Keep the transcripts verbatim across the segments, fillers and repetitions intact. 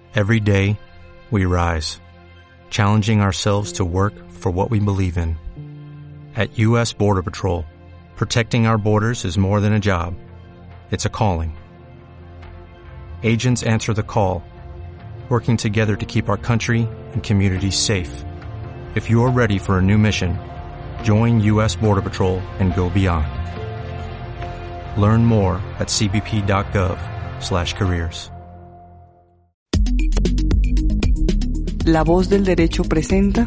Every day, we rise, challenging ourselves to work for what we believe in. At U S Border Patrol, protecting our borders is more than a job. It's a calling. Agents answer the call, working together to keep our country and communities safe. If you're ready for a new mission, join U S Border Patrol and go beyond. Learn more at cbp.gov slash careers. La Voz del Derecho presenta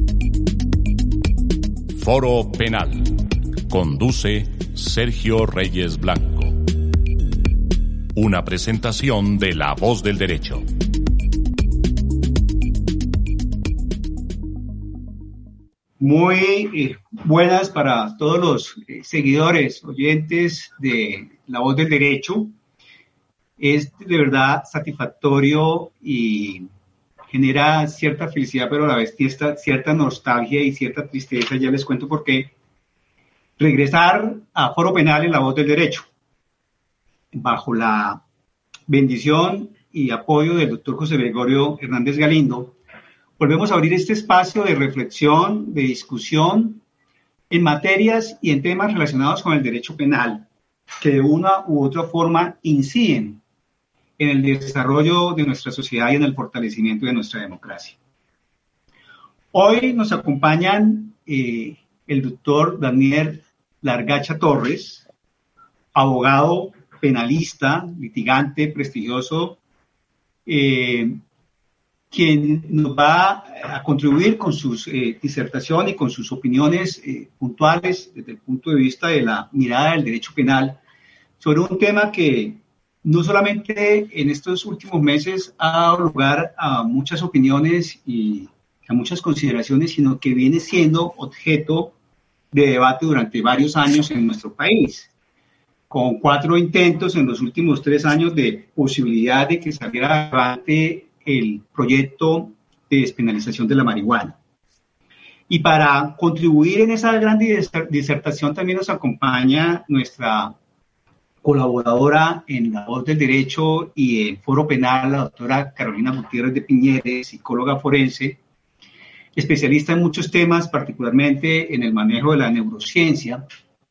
Foro Penal. Conduce Sergio Reyes Blanco. Una presentación de La Voz del Derecho. Muy eh, buenas para todos los eh, seguidores, oyentes de La Voz del Derecho. Es de verdad satisfactorio y genera cierta felicidad, pero a la vez cierta, cierta nostalgia y cierta tristeza. Ya les cuento por qué. Regresar a Foro Penal en La Voz del Derecho, bajo la bendición y apoyo del doctor José Gregorio Hernández Galindo. Volvemos a abrir este espacio de reflexión, de discusión en materias y en temas relacionados con el derecho penal, que de una u otra forma inciden en el desarrollo de nuestra sociedad y en el fortalecimiento de nuestra democracia. Hoy nos acompañan eh, el doctor Daniel Largacha Torres, abogado penalista, litigante prestigioso, eh, quien nos va a contribuir con su eh, disertación y con sus opiniones eh, puntuales desde el punto de vista de la mirada del derecho penal sobre un tema que no solamente en estos últimos meses ha dado lugar a muchas opiniones y a muchas consideraciones, sino que viene siendo objeto de debate durante varios años en nuestro país, con cuatro intentos en los últimos tres años de posibilidad de que saliera adelante el proyecto de despenalización de la marihuana. Y para contribuir en esa gran disertación también nos acompaña nuestra colaboradora en La Voz del Derecho y en Foro Penal, la doctora Carolina Gutiérrez de Piñeres, psicóloga forense, especialista en muchos temas, particularmente en el manejo de la neurociencia,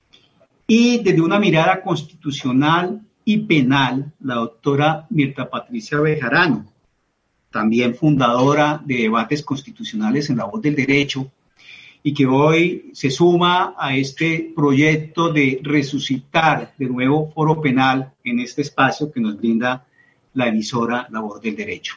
y desde una mirada constitucional y penal, la doctora Mirta Patricia Bejarano, también fundadora de Debates Constitucionales en La Voz del Derecho, y que hoy se suma a este proyecto de resucitar de nuevo Foro Penal en este espacio que nos brinda la emisora La Voz del Derecho.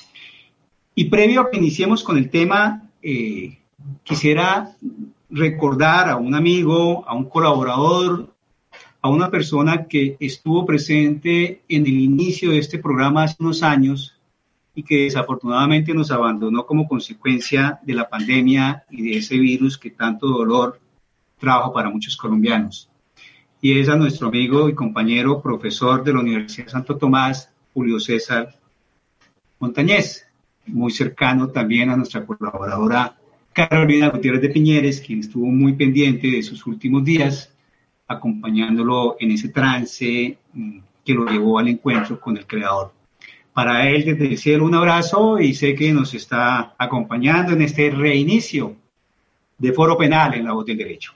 Y previo a que iniciemos con el tema, eh, quisiera recordar a un amigo, a un colaborador, a una persona que estuvo presente en el inicio de este programa hace unos años y que desafortunadamente nos abandonó como consecuencia de la pandemia y de ese virus que tanto dolor trajo para muchos colombianos. Y es a nuestro amigo y compañero profesor de la Universidad de Santo Tomás, Julio César Montañez, muy cercano también a nuestra colaboradora Carolina Gutiérrez de Piñeres, quien estuvo muy pendiente de sus últimos días, acompañándolo en ese trance que lo llevó al encuentro con el Creador. Para él, desde el cielo, un abrazo, y sé que nos está acompañando en este reinicio de Foro Penal en La Voz del Derecho.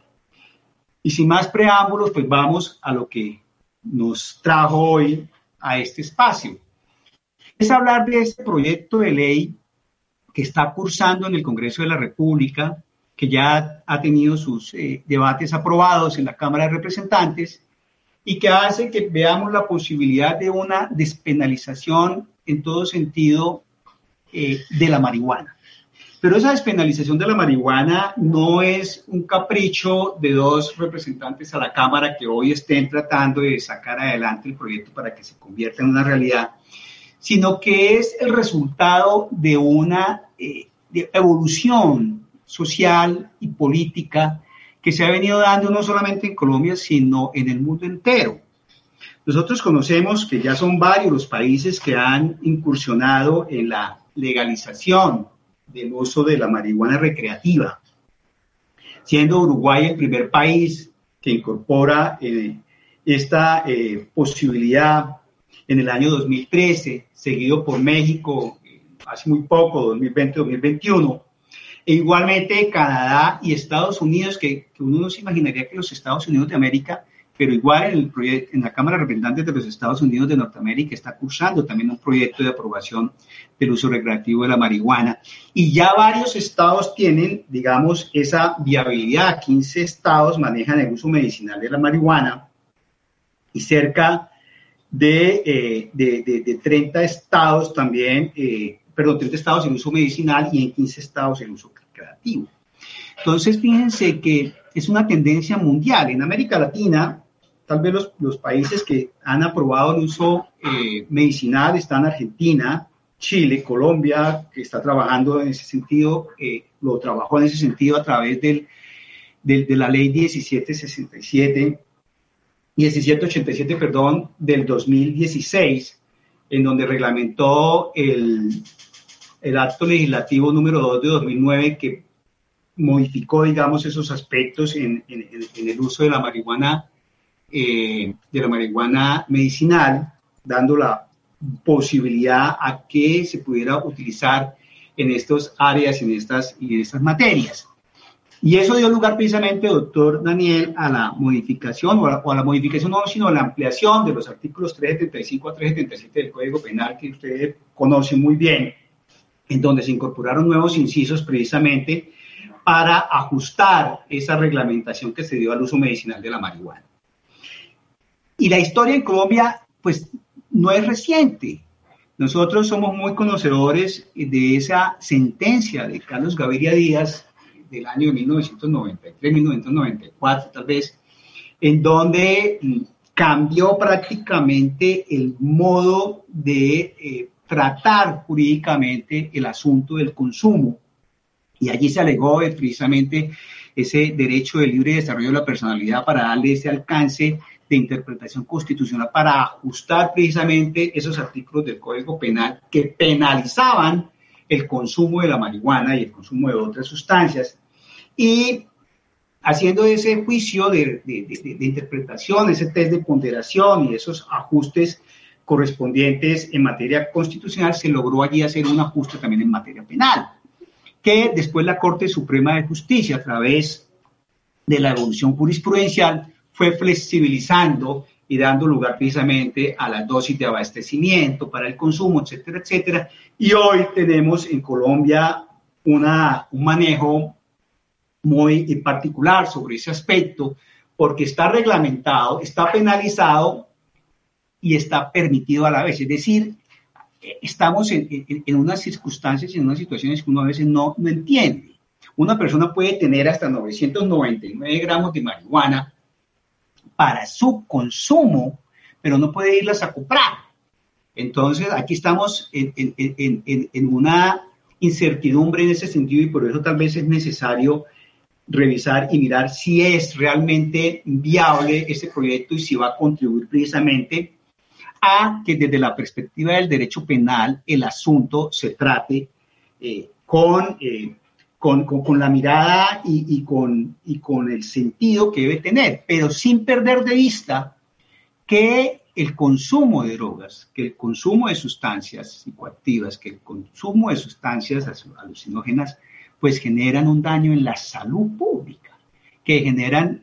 Y sin más preámbulos, pues vamos a lo que nos trajo hoy a este espacio. Es hablar de este proyecto de ley que está cursando en el Congreso de la República, que ya ha tenido sus eh, debates aprobados en la Cámara de Representantes, y que hace que veamos la posibilidad de una despenalización en todo sentido eh, de la marihuana. Pero esa despenalización de la marihuana no es un capricho de dos representantes a la Cámara que hoy estén tratando de sacar adelante el proyecto para que se convierta en una realidad, sino que es el resultado de una eh, de evolución social y política que se ha venido dando no solamente en Colombia, sino en el mundo entero. Nosotros conocemos que ya son varios los países que han incursionado en la legalización del uso de la marihuana recreativa, siendo Uruguay el primer país que incorpora eh, esta eh, posibilidad en el año dos mil trece, seguido por México hace muy poco, dos mil veinte, dos mil veintiuno. E igualmente Canadá y Estados Unidos, que, que uno no se imaginaría que los Estados Unidos de América, pero igual en, el proyecto, en la Cámara de Representantes de los Estados Unidos de Norteamérica está cursando también un proyecto de aprobación del uso recreativo de la marihuana. Y ya varios estados tienen, digamos, esa viabilidad. quince estados manejan el uso medicinal de la marihuana y cerca de, eh, de, de, de treinta estados también, eh, perdón, treinta estados en uso medicinal y en quince estados en uso recreativo. Entonces, fíjense que es una tendencia mundial. En América Latina, tal vez los, los países que han aprobado el uso eh, medicinal están Argentina, Chile, Colombia, que está trabajando en ese sentido, eh, lo trabajó en ese sentido a través del, del, de la ley diecisiete sesenta y siete, diecisiete ochenta y siete, perdón, del dos mil dieciséis, en donde reglamentó el, el acto legislativo número dos de dos mil nueve que modificó, digamos, esos aspectos en, en, en el uso de la marihuana, eh, de la marihuana medicinal, dando la posibilidad a que se pudiera utilizar en estas áreas, en estas, y en estas materias. Y eso dio lugar precisamente, doctor Daniel, a la modificación, o a la, o a la modificación no, sino a la ampliación de los artículos trescientos setenta y cinco a trescientos setenta y siete del Código Penal, que ustedes conocen muy bien, en donde se incorporaron nuevos incisos precisamente para ajustar esa reglamentación que se dio al uso medicinal de la marihuana. Y la historia en Colombia, pues, no es reciente. Nosotros somos muy conocedores de esa sentencia de Carlos Gaviria Díaz del año de mil novecientos noventa y tres, mil novecientos noventa y cuatro, tal vez, en donde cambió prácticamente el modo de eh, tratar jurídicamente el asunto del consumo. Y allí se alegó eh, precisamente ese derecho de libre desarrollo de la personalidad para darle ese alcance de interpretación constitucional para ajustar precisamente esos artículos del Código Penal que penalizaban el consumo de la marihuana y el consumo de otras sustancias. Y haciendo ese juicio de, de, de, de interpretación, ese test de ponderación y esos ajustes correspondientes en materia constitucional, se logró allí hacer un ajuste también en materia penal, que después la Corte Suprema de Justicia, a través de la evolución jurisprudencial, fue flexibilizando y dando lugar precisamente a las dosis de abastecimiento para el consumo, etcétera, etcétera. Y hoy tenemos en Colombia una, un manejo muy particular sobre ese aspecto, porque está reglamentado, está penalizado y está permitido a la vez. Es decir, estamos en, en, en unas circunstancias y en unas situaciones que uno a veces no, no entiende. Una persona puede tener hasta novecientos noventa y nueve gramos de marihuana para su consumo, pero no puede irlas a comprar. Entonces, aquí estamos en, en, en, en, en una incertidumbre en ese sentido, y por eso tal vez es necesario revisar y mirar si es realmente viable este proyecto y si va a contribuir precisamente a que desde la perspectiva del derecho penal el asunto se trate eh, con... Eh, Con, con, con la mirada y, y, con, y con el sentido que debe tener, pero sin perder de vista que el consumo de drogas, que el consumo de sustancias psicoactivas, que el consumo de sustancias alucinógenas, pues generan un daño en la salud pública, que generan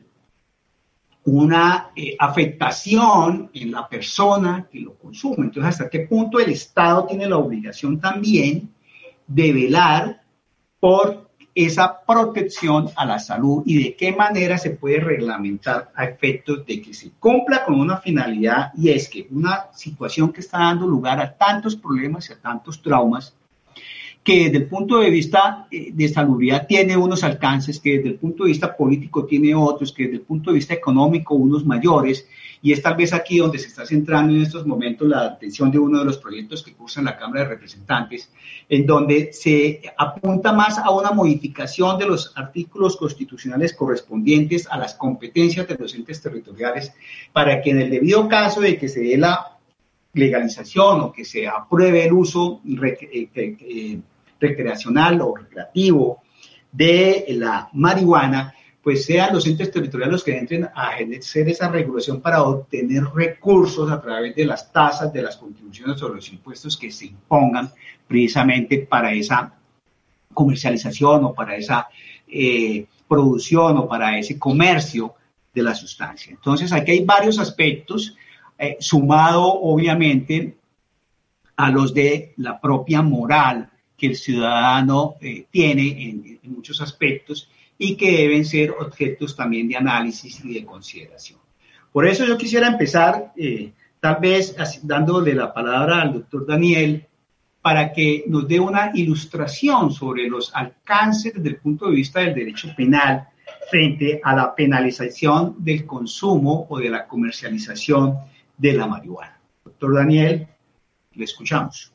una eh, afectación en la persona que lo consume. Entonces, ¿hasta qué punto el Estado tiene la obligación también de velar por esa protección a la salud y de qué manera se puede reglamentar a efectos de que se cumpla con una finalidad, y es que una situación que está dando lugar a tantos problemas y a tantos traumas, que desde el punto de vista de salubridad tiene unos alcances, que desde el punto de vista político tiene otros, que desde el punto de vista económico unos mayores, y es tal vez aquí donde se está centrando en estos momentos la atención de uno de los proyectos que cursa en la Cámara de Representantes, en donde se apunta más a una modificación de los artículos constitucionales correspondientes a las competencias de los entes territoriales, para que en el debido caso de que se dé la legalización o que se apruebe el uso rec- eh, eh, recreacional o recreativo de la marihuana, pues sean los entes territoriales los que entren a ejercer esa regulación para obtener recursos a través de las tasas, de las contribuciones sobre los impuestos que se impongan precisamente para esa comercialización o para esa eh, producción o para ese comercio de la sustancia. Entonces, aquí hay varios aspectos, eh, sumado obviamente a los de la propia moral que el ciudadano eh, tiene en, en muchos aspectos y que deben ser objetos también de análisis y de consideración. Por eso yo quisiera empezar, eh, tal vez así, dándole la palabra al doctor Daniel, para que nos dé una ilustración sobre los alcances desde el punto de vista del derecho penal frente a la penalización del consumo o de la comercialización de la marihuana. Doctor Daniel, le escuchamos.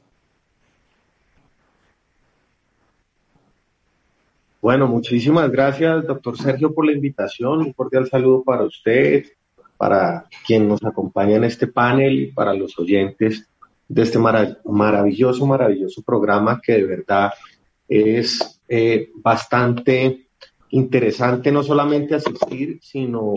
Bueno, muchísimas gracias, doctor Sergio, por la invitación. Un cordial saludo para usted, para quien nos acompaña en este panel y para los oyentes de este marav- maravilloso, maravilloso programa que de verdad es eh, bastante interesante no solamente asistir, sino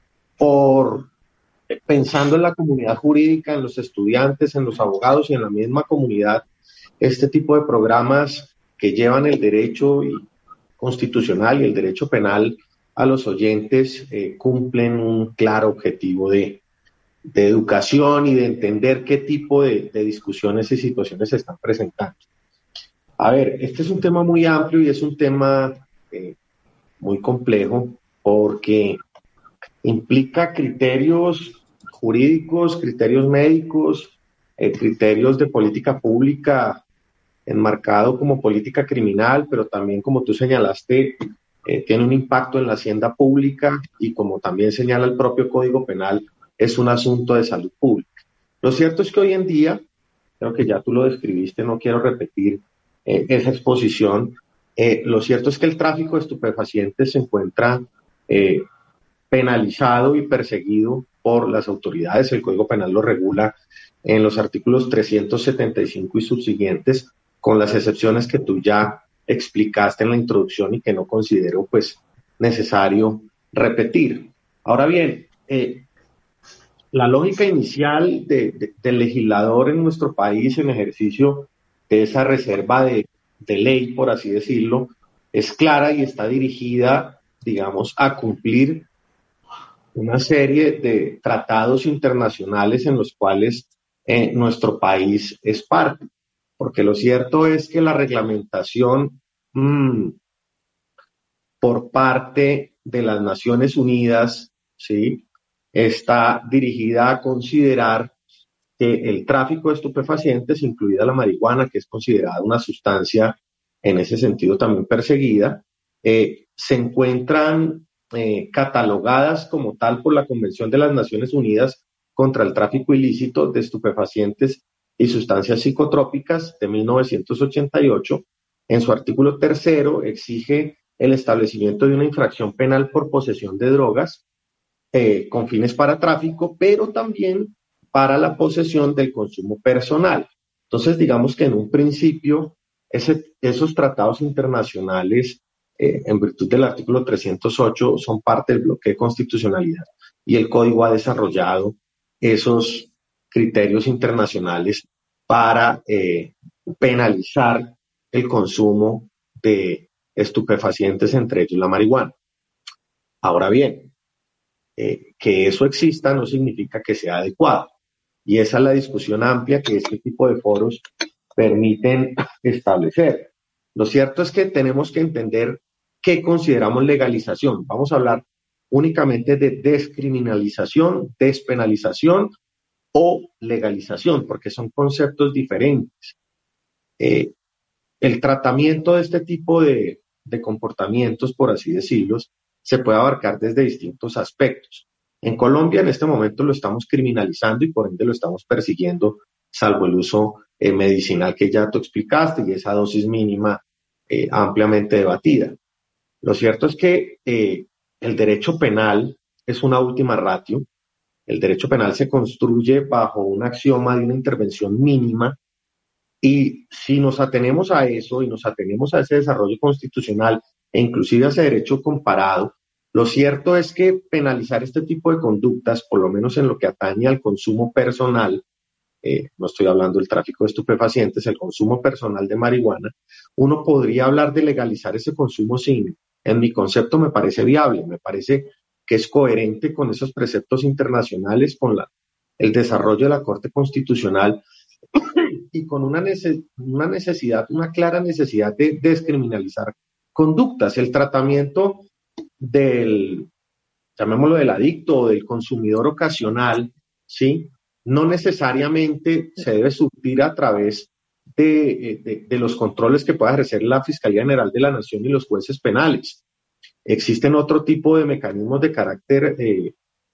por eh, pensando en la comunidad jurídica, en los estudiantes, en los abogados y en la misma comunidad, este tipo de programas que llevan el derecho y constitucional y el derecho penal a los oyentes eh, cumplen un claro objetivo de, de educación y de entender qué tipo de, de discusiones y situaciones se están presentando. A ver, este es un tema muy amplio y es un tema eh, muy complejo porque implica criterios jurídicos, criterios médicos, eh, criterios de política pública enmarcado como política criminal, pero también, como tú señalaste, eh, tiene un impacto en la hacienda pública y, como también señala el propio Código Penal, es un asunto de salud pública. Lo cierto es que hoy en día, creo que ya tú lo describiste, no quiero repetir eh, esa exposición, eh, lo cierto es que el tráfico de estupefacientes se encuentra eh, penalizado y perseguido por las autoridades. El Código Penal lo regula en los artículos trescientos setenta y cinco y subsiguientes, con las excepciones que tú ya explicaste en la introducción y que no considero pues necesario repetir. Ahora bien, eh, la lógica inicial de, de, del legislador en nuestro país en ejercicio de esa reserva de, de ley, por así decirlo, es clara y está dirigida, digamos, a cumplir una serie de tratados internacionales en los cuales eh, nuestro país es parte. Porque lo cierto es que la reglamentación mmm, por parte de las Naciones Unidas, ¿sí?, está dirigida a considerar que el tráfico de estupefacientes, incluida la marihuana, que es considerada una sustancia en ese sentido también perseguida, eh, se encuentran eh, catalogadas como tal por la Convención de las Naciones Unidas contra el tráfico ilícito de estupefacientes y sustancias psicotrópicas de mil novecientos ochenta y ocho. En su artículo tercero exige el establecimiento de una infracción penal por posesión de drogas eh, con fines para tráfico, pero también para la posesión del consumo personal. Entonces, digamos que en un principio ese, esos tratados internacionales, eh, en virtud del artículo trescientos ocho, son parte del bloque de constitucionalidad y el Código ha desarrollado esos criterios internacionales para eh, penalizar el consumo de estupefacientes, entre ellos la marihuana. Ahora bien, eh, que eso exista no significa que sea adecuado, y esa es la discusión amplia que este tipo de foros permiten establecer. Lo cierto es que tenemos que entender qué consideramos legalización. Vamos a hablar únicamente de descriminalización, despenalización o legalización, porque son conceptos diferentes. Eh, el tratamiento de este tipo de, de comportamientos, por así decirlo, se puede abarcar desde distintos aspectos. En Colombia en este momento lo estamos criminalizando y por ende lo estamos persiguiendo, salvo el uso eh, medicinal que ya tú explicaste y esa dosis mínima eh, ampliamente debatida. Lo cierto es que eh, el derecho penal es una última ratio. El derecho penal se construye bajo un axioma de una intervención mínima y si nos atenemos a eso y nos atenemos a ese desarrollo constitucional e inclusive a ese derecho comparado, lo cierto es que penalizar este tipo de conductas, por lo menos en lo que atañe al consumo personal, eh, no estoy hablando del tráfico de estupefacientes, el consumo personal de marihuana, uno podría hablar de legalizar ese consumo sin, en mi concepto me parece viable, me parece que es coherente con esos preceptos internacionales, con la, el desarrollo de la Corte Constitucional y con una, neces una necesidad, una clara necesidad de descriminalizar conductas. El tratamiento del, llamémoslo del adicto o del consumidor ocasional, ¿sí? No necesariamente se debe surtir a través de, de, de los controles que pueda ejercer la Fiscalía General de la Nación y los jueces penales. Existen otro tipo de mecanismos de carácter eh,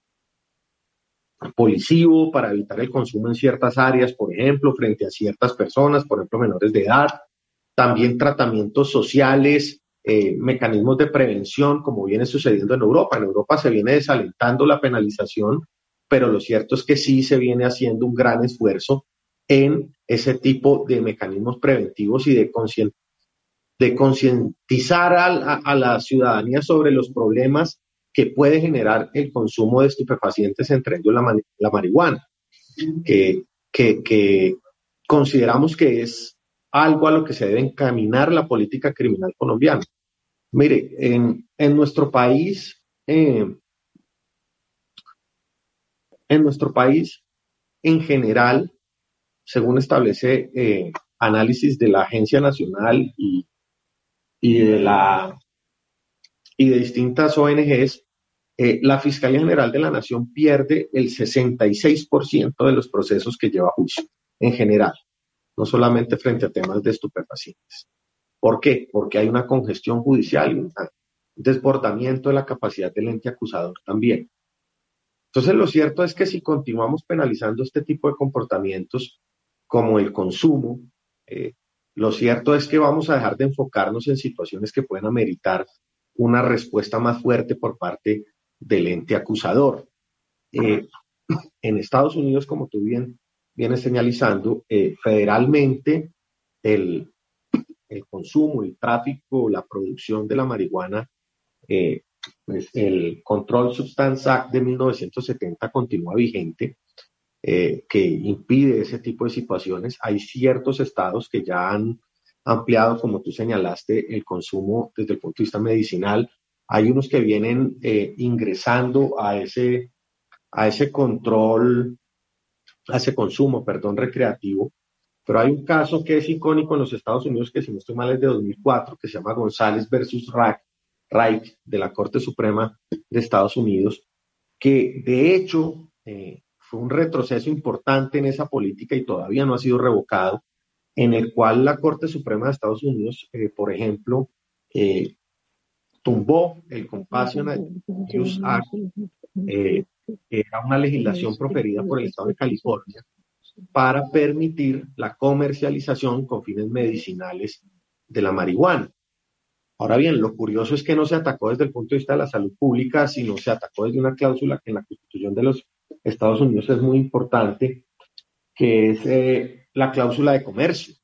policivo para evitar el consumo en ciertas áreas, por ejemplo, frente a ciertas personas, por ejemplo, menores de edad. También tratamientos sociales, eh, mecanismos de prevención, como viene sucediendo en Europa. En Europa se viene desalentando la penalización, pero lo cierto es que sí se viene haciendo un gran esfuerzo en ese tipo de mecanismos preventivos y de conscientización de concientizar a, a la ciudadanía sobre los problemas que puede generar el consumo de estupefacientes, entre ellos la, la marihuana, que, que, que consideramos que es algo a lo que se debe encaminar la política criminal colombiana. Mire, en, en nuestro país, eh, en nuestro país, en general, según establece eh, análisis de la Agencia Nacional y y de, la, y de distintas O N Ges, eh, la Fiscalía General de la Nación pierde el sesenta y seis por ciento de los procesos que lleva a juicio, en general, no solamente frente a temas de estupefacientes. ¿Por qué? Porque hay una congestión judicial y un desbordamiento de la capacidad del ente acusador también. Entonces, lo cierto es que si continuamos penalizando este tipo de comportamientos, como el consumo, eh, lo cierto es que vamos a dejar de enfocarnos en situaciones que pueden ameritar una respuesta más fuerte por parte del ente acusador. Eh, en Estados Unidos, como tú bien vienes señalizando, eh, federalmente el, el consumo, el tráfico, la producción de la marihuana, eh, pues el Control Substance Act de mil novecientos setenta continúa vigente. Eh, que impide ese tipo de situaciones. Hay ciertos estados que ya han ampliado, como tú señalaste, el consumo desde el punto de vista medicinal. Hay unos que vienen eh, ingresando a ese, a ese control, a ese consumo, perdón, recreativo. Pero hay un caso que es icónico en los Estados Unidos, que si no estoy mal es de dos mil cuatro, que se llama González versus Reich, de la Corte Suprema de Estados Unidos, que de hecho eh, fue un retroceso importante en esa política y todavía no ha sido revocado, en el cual la Corte Suprema de Estados Unidos, eh, por ejemplo, eh, tumbó el Compassionate Use Act, eh, era una legislación proferida por el Estado de California para permitir la comercialización con fines medicinales de la marihuana. Ahora bien, lo curioso es que no se atacó desde el punto de vista de la salud pública, sino se atacó desde una cláusula que en la Constitución de los Estados Unidos es muy importante, que es eh, la cláusula de comercio.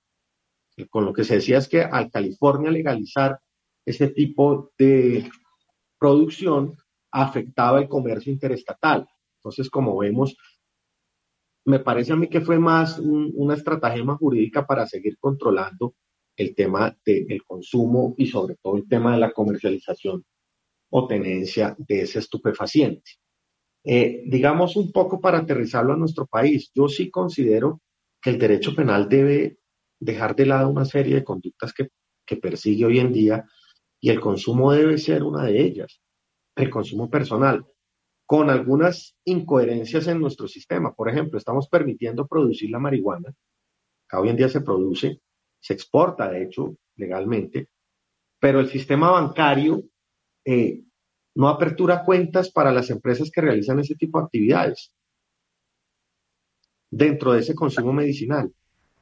Con lo que se decía es que al California legalizar ese tipo de producción afectaba el comercio interestatal. Entonces, como vemos, me parece a mí que fue más un, una estratagema jurídica para seguir controlando el tema del consumo y sobre todo el tema de la comercialización o tenencia de ese estupefaciente. Eh, digamos un poco para aterrizarlo a nuestro país, yo sí considero que el derecho penal debe dejar de lado una serie de conductas que, que persigue hoy en día y el consumo debe ser una de ellas, el consumo personal, con algunas incoherencias en nuestro sistema. Por ejemplo, estamos permitiendo producir la marihuana, que hoy en día se produce, se exporta de hecho legalmente, pero el sistema bancario eh, no apertura cuentas para las empresas que realizan ese tipo de actividades dentro de ese consumo medicinal.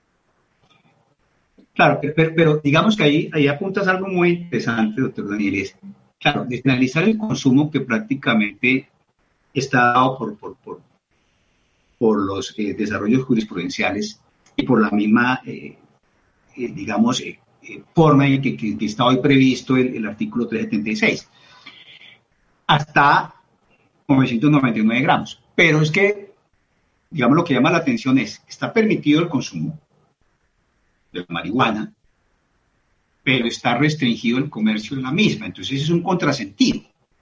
Claro, pero, pero digamos que ahí, ahí apuntas algo muy interesante, doctor Daniel, es, claro, despenalizar el consumo que prácticamente está dado por, por, por, por los eh, desarrollos jurisprudenciales y por la misma, eh, eh, digamos, eh, eh, forma en que, que, que está hoy previsto el, el artículo trescientos setenta y seis, hasta novecientos noventa y nueve gramos. Pero es que digamos, lo que llama la atención es, está permitido el consumo de la marihuana, pero está restringido el comercio de la misma. Entonces es un contrasentido,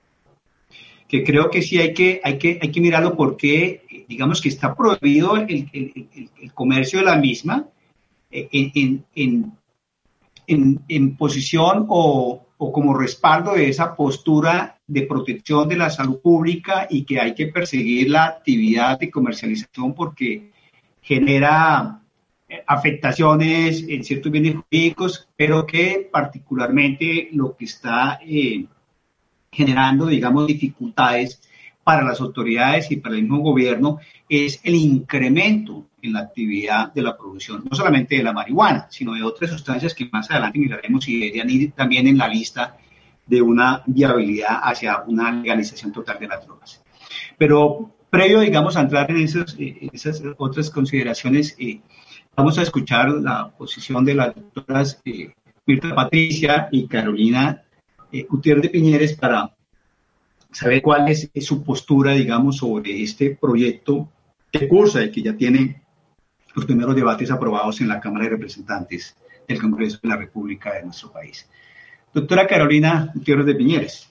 que creo que sí hay que, hay que, hay que mirarlo porque, digamos que está prohibido el, el, el, el comercio de la misma en, en, en, en, en posición o, o como respaldo de esa postura de protección de la salud pública y que hay que perseguir la actividad de comercialización porque genera afectaciones en ciertos bienes jurídicos, pero que particularmente lo que está eh, generando, digamos, dificultades para las autoridades y para el mismo gobierno es el incremento en la actividad de la producción, no solamente de la marihuana, sino de otras sustancias que más adelante miraremos y deberían ir también en la lista de una viabilidad hacia una legalización total de las drogas. Pero previo, digamos, a entrar en esas, en esas otras consideraciones, eh, vamos a escuchar la posición de las doctoras eh, Mirta Patricia y Carolina eh, Gutiérrez de Piñeres para saber cuál es, es su postura, digamos, sobre este proyecto que cursa y que ya tiene los primeros debates aprobados en la Cámara de Representantes del Congreso de la República de nuestro país. Doctora Carolina Gutiérrez de Piñeres.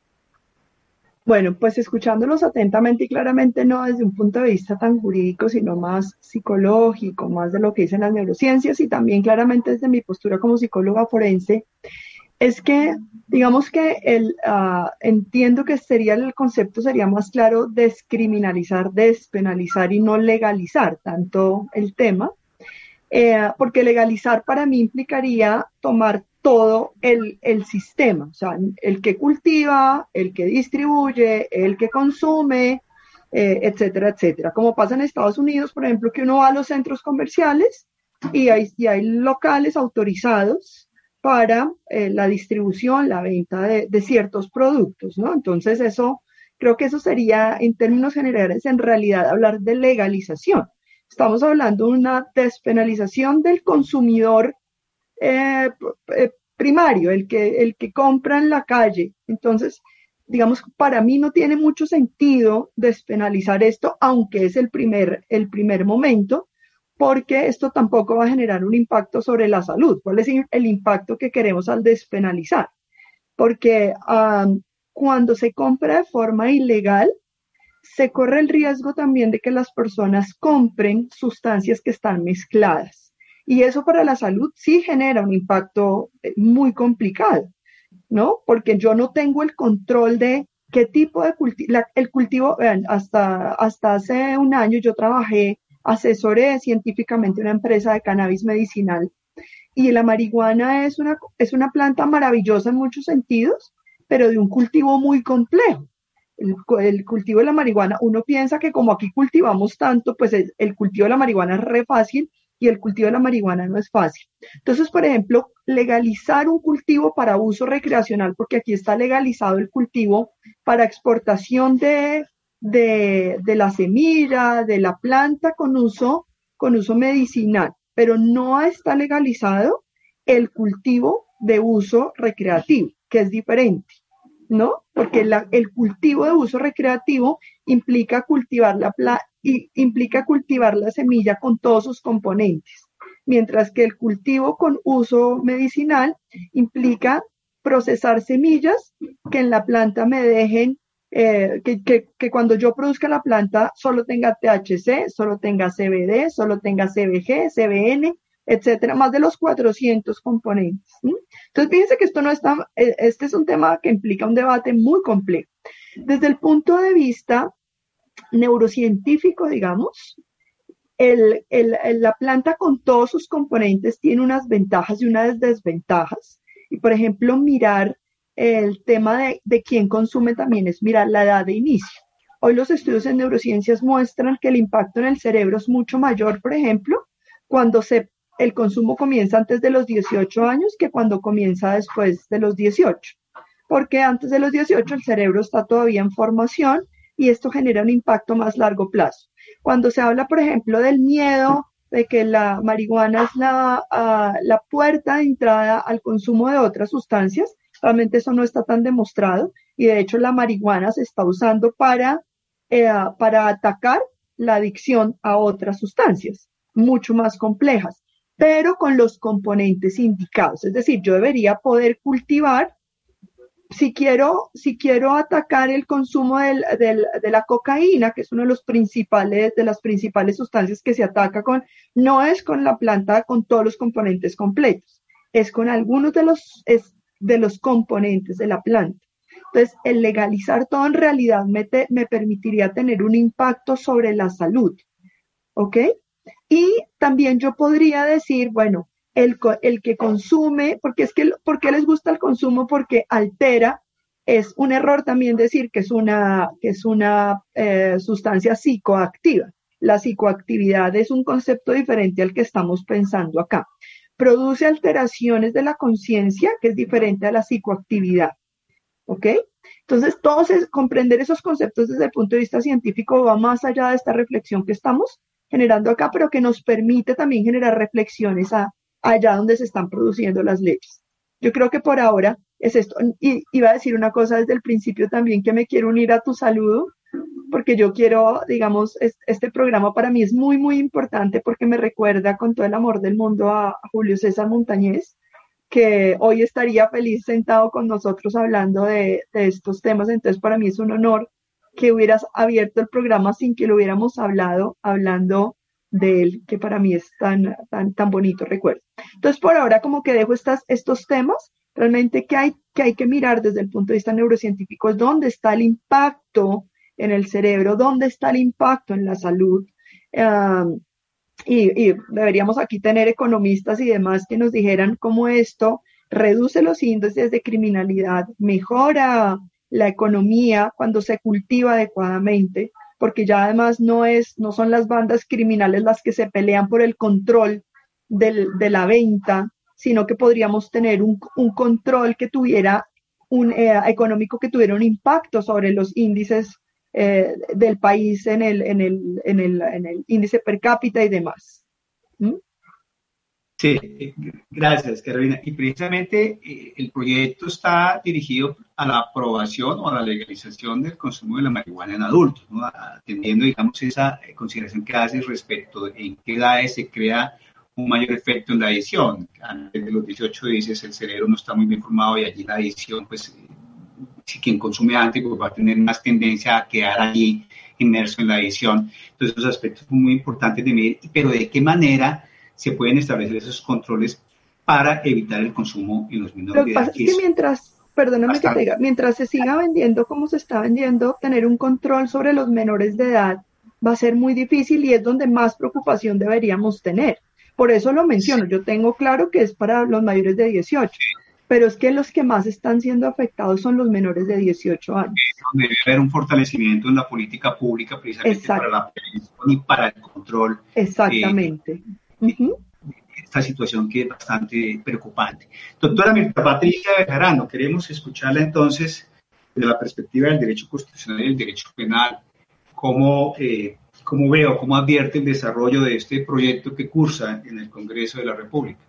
Bueno, pues escuchándolos atentamente y claramente, no desde un punto de vista tan jurídico, sino más psicológico, más de lo que dicen las neurociencias y también claramente desde mi postura como psicóloga forense, es que, digamos que el, uh, entiendo que sería el concepto sería más claro descriminalizar, despenalizar y no legalizar tanto el tema, eh, porque legalizar para mí implicaría tomar todo el, el sistema, o sea, el que cultiva, el que distribuye, el que consume, eh, etcétera, etcétera. Como pasa en Estados Unidos, por ejemplo, que uno va a los centros comerciales y hay, y hay locales autorizados para eh, la distribución, la venta de, de ciertos productos, ¿no? Entonces eso, creo que eso sería, en términos generales, en realidad hablar de legalización. Estamos hablando de una despenalización del consumidor Eh, eh, primario, el que, el que compra en la calle. Entonces, digamos, para mí no tiene mucho sentido despenalizar esto, aunque es el primer, el primer momento, porque esto tampoco va a generar un impacto sobre la salud. ¿Cuál es el impacto que queremos al despenalizar? Porque um, cuando se compra de forma ilegal, se corre el riesgo también de que las personas compren sustancias que están mezcladas. Y eso para la salud sí genera un impacto muy complicado, ¿no? Porque yo no tengo el control de qué tipo de cultivo, el cultivo, vean, hasta, hasta hace un año yo trabajé, asesoré científicamente una empresa de cannabis medicinal y la marihuana es una, es una planta maravillosa en muchos sentidos, pero de un cultivo muy complejo. El, el cultivo de la marihuana, uno piensa que como aquí cultivamos tanto, pues el, el cultivo de la marihuana es re fácil, y el cultivo de la marihuana no es fácil. Entonces, por ejemplo, legalizar un cultivo para uso recreacional, porque aquí está legalizado el cultivo para exportación de, de, de la semilla, de la planta con uso, con uso medicinal, pero no está legalizado el cultivo de uso recreativo, que es diferente, ¿no? Porque la, el cultivo de uso recreativo implica cultivar la planta, y implica cultivar la semilla con todos sus componentes, mientras que el cultivo con uso medicinal implica procesar semillas que en la planta me dejen, eh, que, que, que cuando yo produzca la planta solo tenga T H C, solo tenga C B D, solo tenga C B G, C B N, etcétera, más de los cuatrocientos componentes. ¿Sí? Entonces, fíjense que esto no está, este es un tema que implica un debate muy complejo. Desde el punto de vista neurocientífico, digamos, el, el, el, la planta con todos sus componentes tiene unas ventajas y unas desventajas. Y, por ejemplo, mirar el tema de, de quién consume también es mirar la edad de inicio. Hoy los estudios en neurociencias muestran que el impacto en el cerebro es mucho mayor, por ejemplo, cuando se, el consumo comienza antes de los dieciocho años que cuando comienza después de los dieciocho. Porque antes de los dieciocho el cerebro está todavía en formación y esto genera un impacto más largo plazo. Cuando se habla, por ejemplo, del miedo, de que la marihuana es la, uh, la puerta de entrada al consumo de otras sustancias, realmente eso no está tan demostrado y de hecho la marihuana se está usando para, eh, para atacar la adicción a otras sustancias, mucho más complejas, pero con los componentes indicados. Es decir, yo debería poder cultivar, si quiero, si quiero atacar el consumo del, del, de la cocaína, que es uno de los principales, de las principales sustancias que se ataca con, no es con la planta con todos los componentes completos, es con algunos de los, es de los componentes de la planta. Entonces, el legalizar todo en realidad me, te, me permitiría tener un impacto sobre la salud, ¿ok? Y también yo podría decir, bueno, el, el que consume, porque es que, ¿por qué les gusta el consumo? Porque altera, es un error también decir que es una, que es una eh, sustancia psicoactiva. La psicoactividad es un concepto diferente al que estamos pensando acá. Produce alteraciones de la conciencia, que es diferente a la psicoactividad. ¿Ok? Entonces, todos es, comprender esos conceptos desde el punto de vista científico va más allá de esta reflexión que estamos generando acá, pero que nos permite también generar reflexiones a, allá donde se están produciendo las leyes. Yo creo que por ahora es esto. Y iba a decir una cosa desde el principio también, que me quiero unir a tu saludo, porque yo quiero, digamos, es, este programa para mí es muy, muy importante porque me recuerda con todo el amor del mundo a, a Julio César Montañez, que hoy estaría feliz sentado con nosotros hablando de, de estos temas. Entonces, para mí es un honor que hubieras abierto el programa sin que lo hubiéramos hablado, hablando de él, que para mí es tan, tan, tan bonito recuerdo. Entonces, por ahora como que dejo estas, estos temas, realmente que hay, que hay que mirar desde el punto de vista neurocientífico es dónde está el impacto en el cerebro, dónde está el impacto en la salud. Um, Y, y deberíamos aquí tener economistas y demás que nos dijeran cómo esto reduce los índices de criminalidad, mejora la economía cuando se cultiva adecuadamente, porque ya además no es, no son las bandas criminales las que se pelean por el control del, de la venta, sino que podríamos tener un, un control que tuviera un eh, económico que tuviera un impacto sobre los índices Eh, del país en el, en, el, en, el, en el índice per cápita y demás. ¿Mm? Sí, gracias, Carolina. Y precisamente eh, el proyecto está dirigido a la aprobación o a la legalización del consumo de la marihuana en adultos, ¿no? Atendiendo, digamos, esa consideración que haces respecto de en qué edades se crea un mayor efecto en la adicción. Antes de los dieciocho dices el cerebro no está muy bien formado y allí la adicción, pues, si quien consume antes pues va a tener más tendencia a quedar allí inmerso en la adicción. Entonces, esos aspectos son muy importantes de medir, pero ¿de qué manera se pueden establecer esos controles para evitar el consumo en los menores de edad? Lo que pasa es que mientras, perdóname bastante. que te diga, mientras se siga vendiendo como se está vendiendo, tener un control sobre los menores de edad va a ser muy difícil y es donde más preocupación deberíamos tener. Por eso lo menciono, sí. Yo tengo claro que es para los mayores de dieciocho. Pero es que los que más están siendo afectados son los menores de dieciocho años. Debe haber un fortalecimiento en la política pública precisamente Exacto. para la prevención y para el control. Exactamente. Eh, uh-huh. Esta situación que es bastante preocupante. Doctora Mirta Patricia Bejarano, queremos escucharla entonces desde la perspectiva del derecho constitucional y el derecho penal. ¿Cómo, eh, cómo veo, cómo advierte el desarrollo de este proyecto que cursa en el Congreso de la República?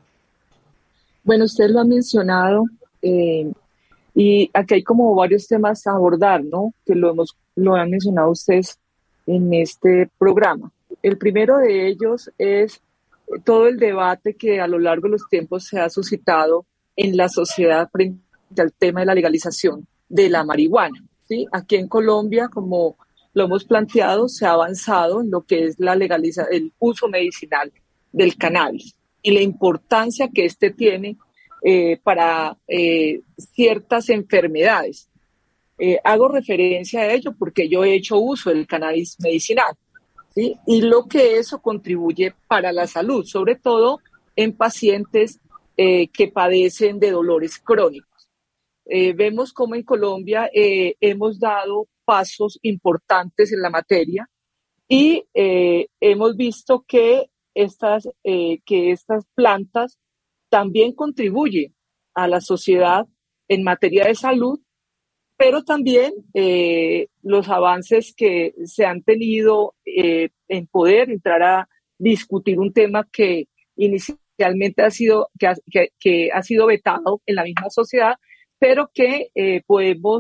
Bueno, usted lo ha mencionado eh, y aquí hay como varios temas a abordar, ¿no? Que lo hemos, lo han mencionado ustedes en este programa. El primero de ellos es todo el debate que a lo largo de los tiempos se ha suscitado en la sociedad frente al tema de la legalización de la marihuana, ¿sí? Aquí en Colombia, como lo hemos planteado, se ha avanzado en lo que es la legaliza, el uso medicinal del cannabis y la importancia que este tiene eh, para eh, ciertas enfermedades. Eh, hago referencia a ello porque yo he hecho uso del cannabis medicinal, ¿sí? Y lo que eso contribuye para la salud, sobre todo en pacientes eh, que padecen de dolores crónicos. Eh, vemos cómo en Colombia eh, hemos dado pasos importantes en la materia y eh, hemos visto que Estas, eh, que estas plantas también contribuyen a la sociedad en materia de salud, pero también eh, los avances que se han tenido eh, en poder entrar a discutir un tema que inicialmente ha sido, que ha, que, que ha sido vetado en la misma sociedad, pero que eh, podemos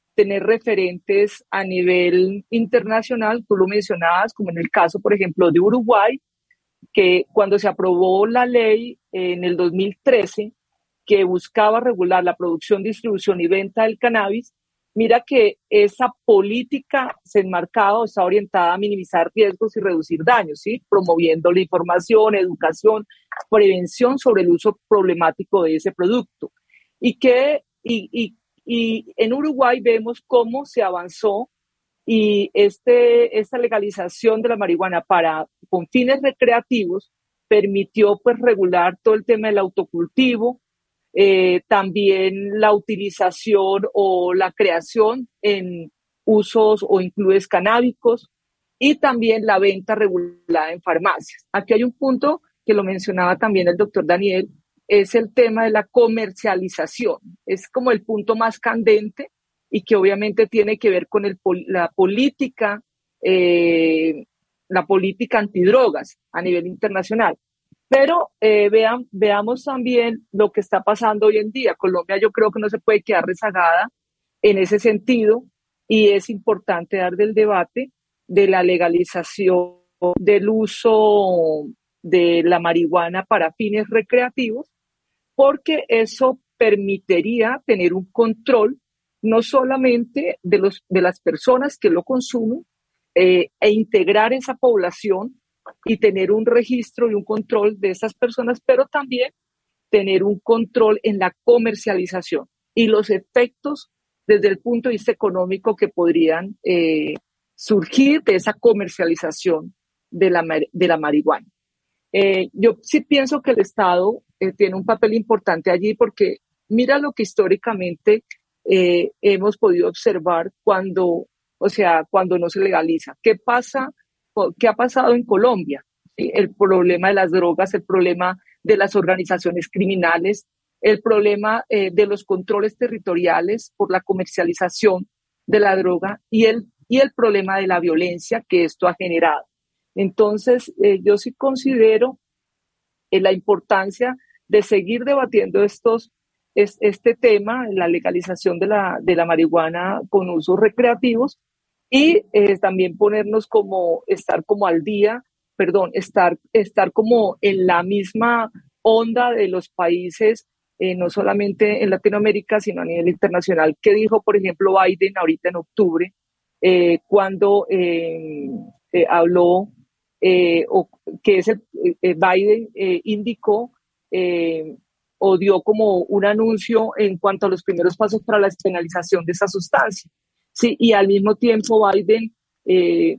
tener referentes a nivel internacional, tú lo mencionabas, como en el caso, por ejemplo, de Uruguay, que cuando se aprobó la ley en el dos mil trece, que buscaba regular la producción, distribución y venta del cannabis, mira que esa política se enmarcaba o está orientada a minimizar riesgos y reducir daños, ¿sí? Promoviendo la información, educación, prevención sobre el uso problemático de ese producto. Y que y, y, y en Uruguay vemos cómo se avanzó y este, esta legalización de la marihuana para, con fines recreativos permitió pues regular todo el tema del autocultivo, eh, también la utilización o la creación en usos o includes canábicos y también la venta regulada en farmacias. Aquí hay un punto que lo mencionaba también el doctor Daniel, es el tema de la comercialización. Es como el punto más candente y que obviamente tiene que ver con el, la política, eh, la política antidrogas a nivel internacional. Pero eh, vean, veamos también lo que está pasando hoy en día. Colombia yo creo que no se puede quedar rezagada en ese sentido y es importante dar del debate de la legalización del uso de la marihuana para fines recreativos, porque eso permitiría tener un control no solamente de, los, de las personas que lo consumen eh, e integrar esa población y tener un registro y un control de esas personas, pero también tener un control en la comercialización y los efectos desde el punto de vista económico que podrían eh, surgir de esa comercialización de la, de la marihuana. Eh, yo sí pienso que el Estado eh, tiene un papel importante allí porque mira lo que históricamente eh, hemos podido observar cuando, o sea, cuando no se legaliza. ¿Qué pasa? ¿Qué ha pasado en Colombia? ¿Sí? El problema de las drogas, el problema de las organizaciones criminales, el problema eh, de los controles territoriales por la comercialización de la droga y el, y el problema de la violencia que esto ha generado. Entonces, eh, yo sí considero eh, la importancia de seguir debatiendo estos, es, este tema, la legalización de la, de la marihuana con usos recreativos y eh, también ponernos como, estar como al día, perdón, estar, estar como en la misma onda de los países, eh, no solamente en Latinoamérica, sino a nivel internacional. ¿Qué dijo, por ejemplo, Biden ahorita en octubre, eh, cuando eh, eh, habló, eh, o, que es el, eh, Biden eh, indicó eh, o dio como un anuncio en cuanto a los primeros pasos para la despenalización de esa sustancia? Sí, y al mismo tiempo Biden eh,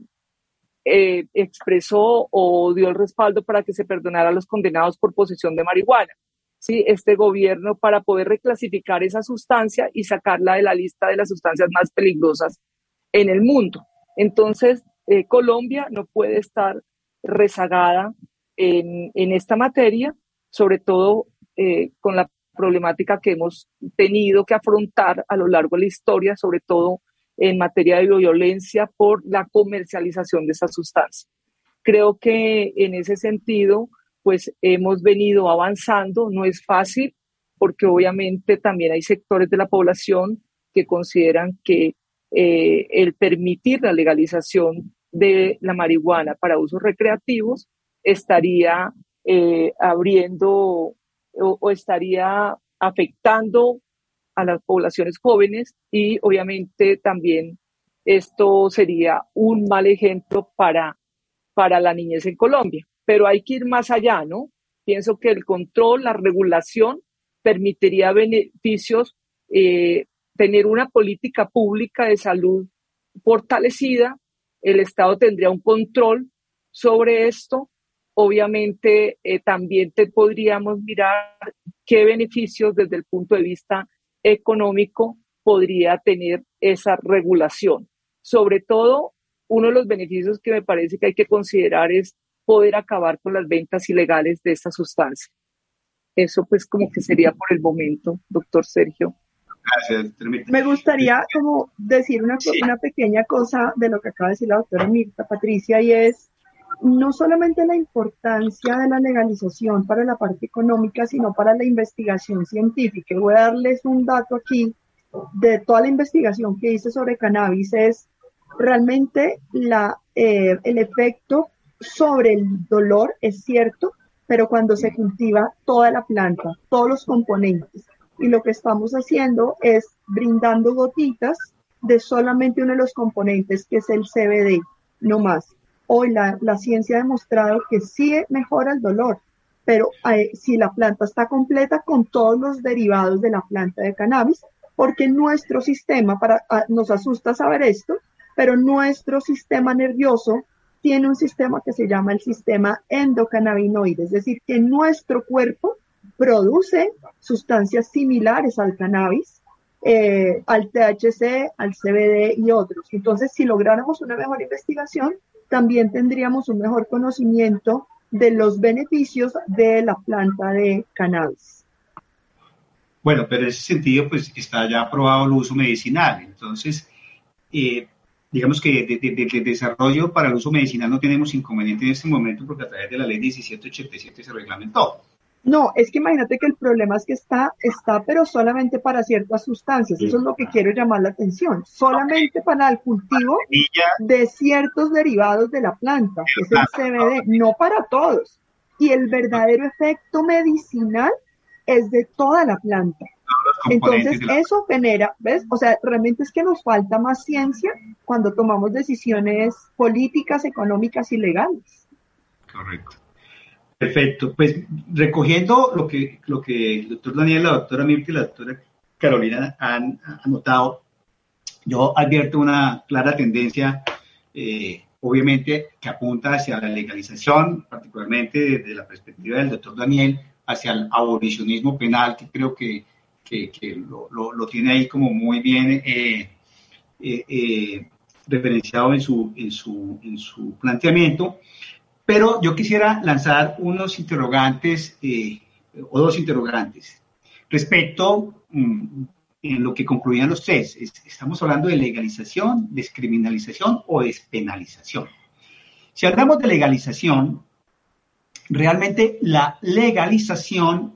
eh, expresó o dio el respaldo para que se perdonara a los condenados por posesión de marihuana. Sí, este gobierno para poder reclasificar esa sustancia y sacarla de la lista de las sustancias más peligrosas en el mundo. Entonces, eh, Colombia no puede estar rezagada en, en esta materia, sobre todo eh, con la problemática que hemos tenido que afrontar a lo largo de la historia, sobre todo en materia de violencia por la comercialización de esa sustancia. Creo que en ese sentido, pues hemos venido avanzando, no es fácil, porque obviamente también hay sectores de la población que consideran que eh, el permitir la legalización de la marihuana para usos recreativos estaría eh, abriendo o, o estaría afectando a las poblaciones jóvenes y obviamente también esto sería un mal ejemplo para, para la niñez en Colombia. Pero hay que ir más allá, ¿no? Pienso que el control, la regulación permitiría beneficios, eh, tener una política pública de salud fortalecida, el Estado tendría un control sobre esto. Obviamente eh, también te podríamos mirar qué beneficios desde el punto de vista económico podría tener esa regulación. Sobre todo, uno de los beneficios que me parece que hay que considerar es poder acabar con las ventas ilegales de esta sustancia. Eso pues como que sería por el momento, doctor Sergio. Gracias. Me gustaría como decir una, sí. una pequeña cosa de lo que acaba de decir la doctora Mirta Patricia, y es no solamente la importancia de la legalización para la parte económica, sino para la investigación científica. Voy a darles un dato aquí de toda la investigación que hice sobre cannabis es realmente la, eh, el efecto sobre el dolor, es cierto, pero cuando se cultiva toda la planta, todos los componentes. Y lo que estamos haciendo es brindando gotitas de solamente uno de los componentes, que es el C B D, no más. Hoy la, la ciencia ha demostrado que sí mejora el dolor, pero eh, si la planta está completa con todos los derivados de la planta de cannabis, porque nuestro sistema, para, a, nos asusta saber esto, pero nuestro sistema nervioso tiene un sistema que se llama el sistema endocannabinoide, es decir, que nuestro cuerpo produce sustancias similares al cannabis, eh, al T H C, al C B D y otros. Entonces, si lográramos una mejor investigación, también tendríamos un mejor conocimiento de los beneficios de la planta de cannabis. Bueno, pero en ese sentido, pues está ya aprobado el uso medicinal. Entonces, eh, digamos que de, de, de, de desarrollo para el uso medicinal no tenemos inconveniente en este momento porque a través de la ley diecisiete ochenta y siete se reglamentó. No, es que imagínate que el problema es que está, está, pero solamente para ciertas sustancias. Eso es lo que quiero llamar la atención. Solamente para el cultivo de ciertos derivados de la planta, que es el C B D, no para todos. Y el verdadero efecto medicinal es de toda la planta. Entonces, eso genera, ¿ves? O sea, realmente es que nos falta más ciencia cuando tomamos decisiones políticas, económicas y legales. Correcto. Perfecto. Pues recogiendo lo que, lo que el doctor Daniel, la doctora Mirta y la doctora Carolina han anotado, yo advierto una clara tendencia, eh, obviamente, que apunta hacia la legalización, particularmente desde la perspectiva del doctor Daniel, hacia el abolicionismo penal, que creo que, que, que lo, lo, lo tiene ahí como muy bien eh, eh, eh, referenciado en su, en, su, en su planteamiento. Pero yo quisiera lanzar unos interrogantes, eh, o dos interrogantes, respecto um, en lo que concluían los tres. Estamos hablando de legalización, descriminalización o despenalización. Si hablamos de legalización, realmente la legalización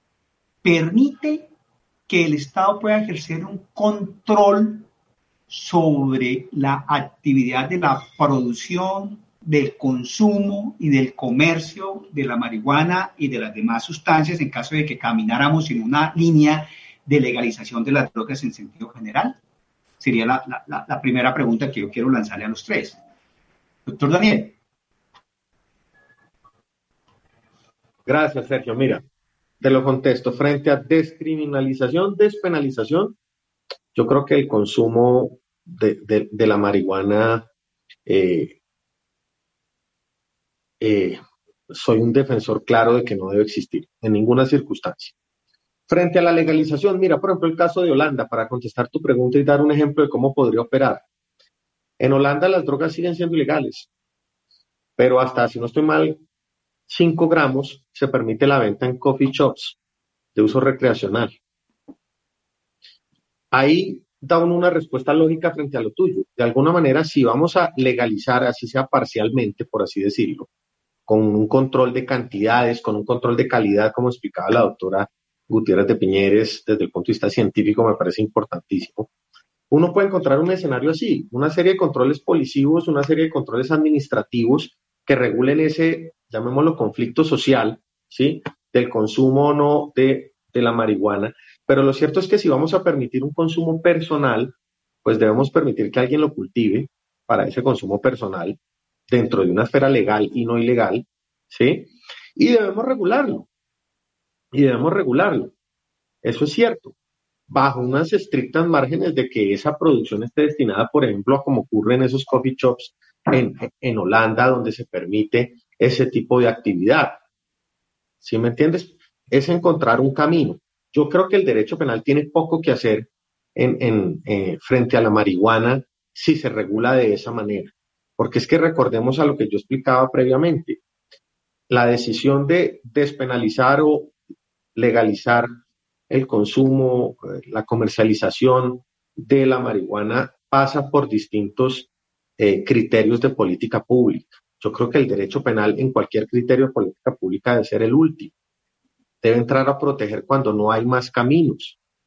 permite que el Estado pueda ejercer un control sobre la actividad de la producción, del consumo y del comercio de la marihuana y de las demás sustancias en caso de que camináramos en una línea de legalización de las drogas en sentido general? Sería la, la, la primera pregunta que yo quiero lanzarle a los tres. Doctor Daniel. Gracias, Sergio. Mira, te lo contesto. Frente a descriminalización, despenalización, yo creo que el consumo de, de, de la marihuana eh, Eh, soy un defensor claro de que no debe existir en ninguna circunstancia. Frente a la legalización, mira, por ejemplo, el caso de Holanda, para contestar tu pregunta y dar un ejemplo de cómo podría operar. En Holanda las drogas siguen siendo ilegales, pero hasta, si no estoy mal, cinco gramos se permite la venta en coffee shops de uso recreacional. Ahí da uno una respuesta lógica frente a lo tuyo. De alguna manera, si vamos a legalizar, así sea parcialmente, por así decirlo, con un control de cantidades, con un control de calidad, como explicaba la doctora Gutiérrez de Piñeres, desde el punto de vista científico me parece importantísimo. Uno puede encontrar un escenario así, una serie de controles policivos, una serie de controles administrativos que regulen ese, llamémoslo, conflicto social, ¿sí?, del consumo o no de, de la marihuana. Pero lo cierto es que si vamos a permitir un consumo personal, pues debemos permitir que alguien lo cultive para ese consumo personal, dentro de una esfera legal y no ilegal, ¿sí? Y debemos regularlo, y debemos regularlo. Eso es cierto, bajo unas estrictas márgenes de que esa producción esté destinada, por ejemplo, a como ocurre en esos coffee shops en, en Holanda, donde se permite ese tipo de actividad. ¿Sí me entiendes? Es encontrar un camino. Yo creo que el derecho penal tiene poco que hacer en, en, eh, frente a la marihuana si se regula de esa manera. Porque es que recordemos a lo que yo explicaba previamente. La decisión de despenalizar o legalizar el consumo, la comercialización de la marihuana pasa por distintos eh, criterios de política pública. Yo creo que el derecho penal en cualquier criterio de política pública debe ser el último. Debe entrar a proteger cuando no hay más caminos.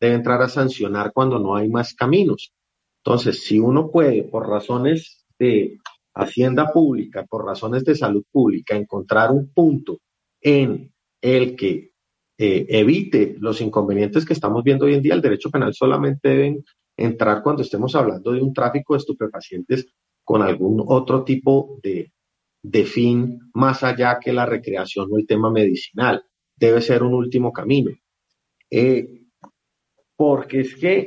debe entrar a sancionar cuando no hay más caminos. Entonces, si uno puede, por razones de hacienda pública, por razones de salud pública, encontrar un punto en el que eh, evite los inconvenientes que estamos viendo hoy en día, el derecho penal solamente debe entrar cuando estemos hablando de un tráfico de estupefacientes con algún otro tipo de, de fin más allá que la recreación o el tema medicinal. Debe ser un último camino. Eh, porque es que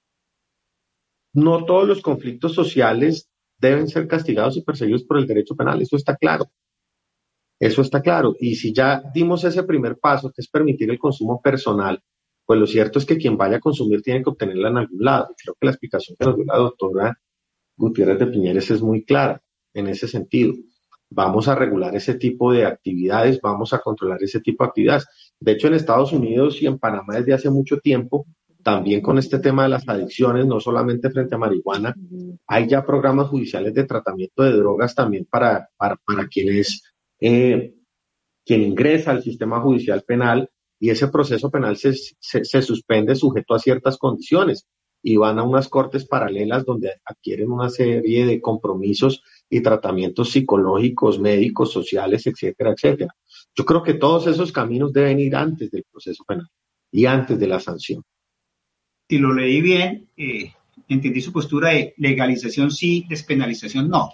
no todos los conflictos sociales deben ser castigados y perseguidos por el derecho penal, eso está claro. Eso está claro. Y si ya dimos ese primer paso, que es permitir el consumo personal, pues lo cierto es que quien vaya a consumir tiene que obtenerla en algún lado. Creo que la explicación que nos dio la doctora Gutiérrez de Piñeres es muy clara en ese sentido. Vamos a regular ese tipo de actividades, vamos a controlar ese tipo de actividades. De hecho, en Estados Unidos y en Panamá desde hace mucho tiempo, también con este tema de las adicciones, no solamente frente a marihuana, hay ya programas judiciales de tratamiento de drogas también para, para, para quienes, eh, quien ingresa al sistema judicial penal, y ese proceso penal se, se, se suspende sujeto a ciertas condiciones y van a unas cortes paralelas donde adquieren una serie de compromisos y tratamientos psicológicos, médicos, sociales, etcétera, etcétera. Yo creo que todos esos caminos deben ir antes del proceso penal y antes de la sanción. Si lo leí bien, eh, entendí su postura de legalización sí, despenalización no.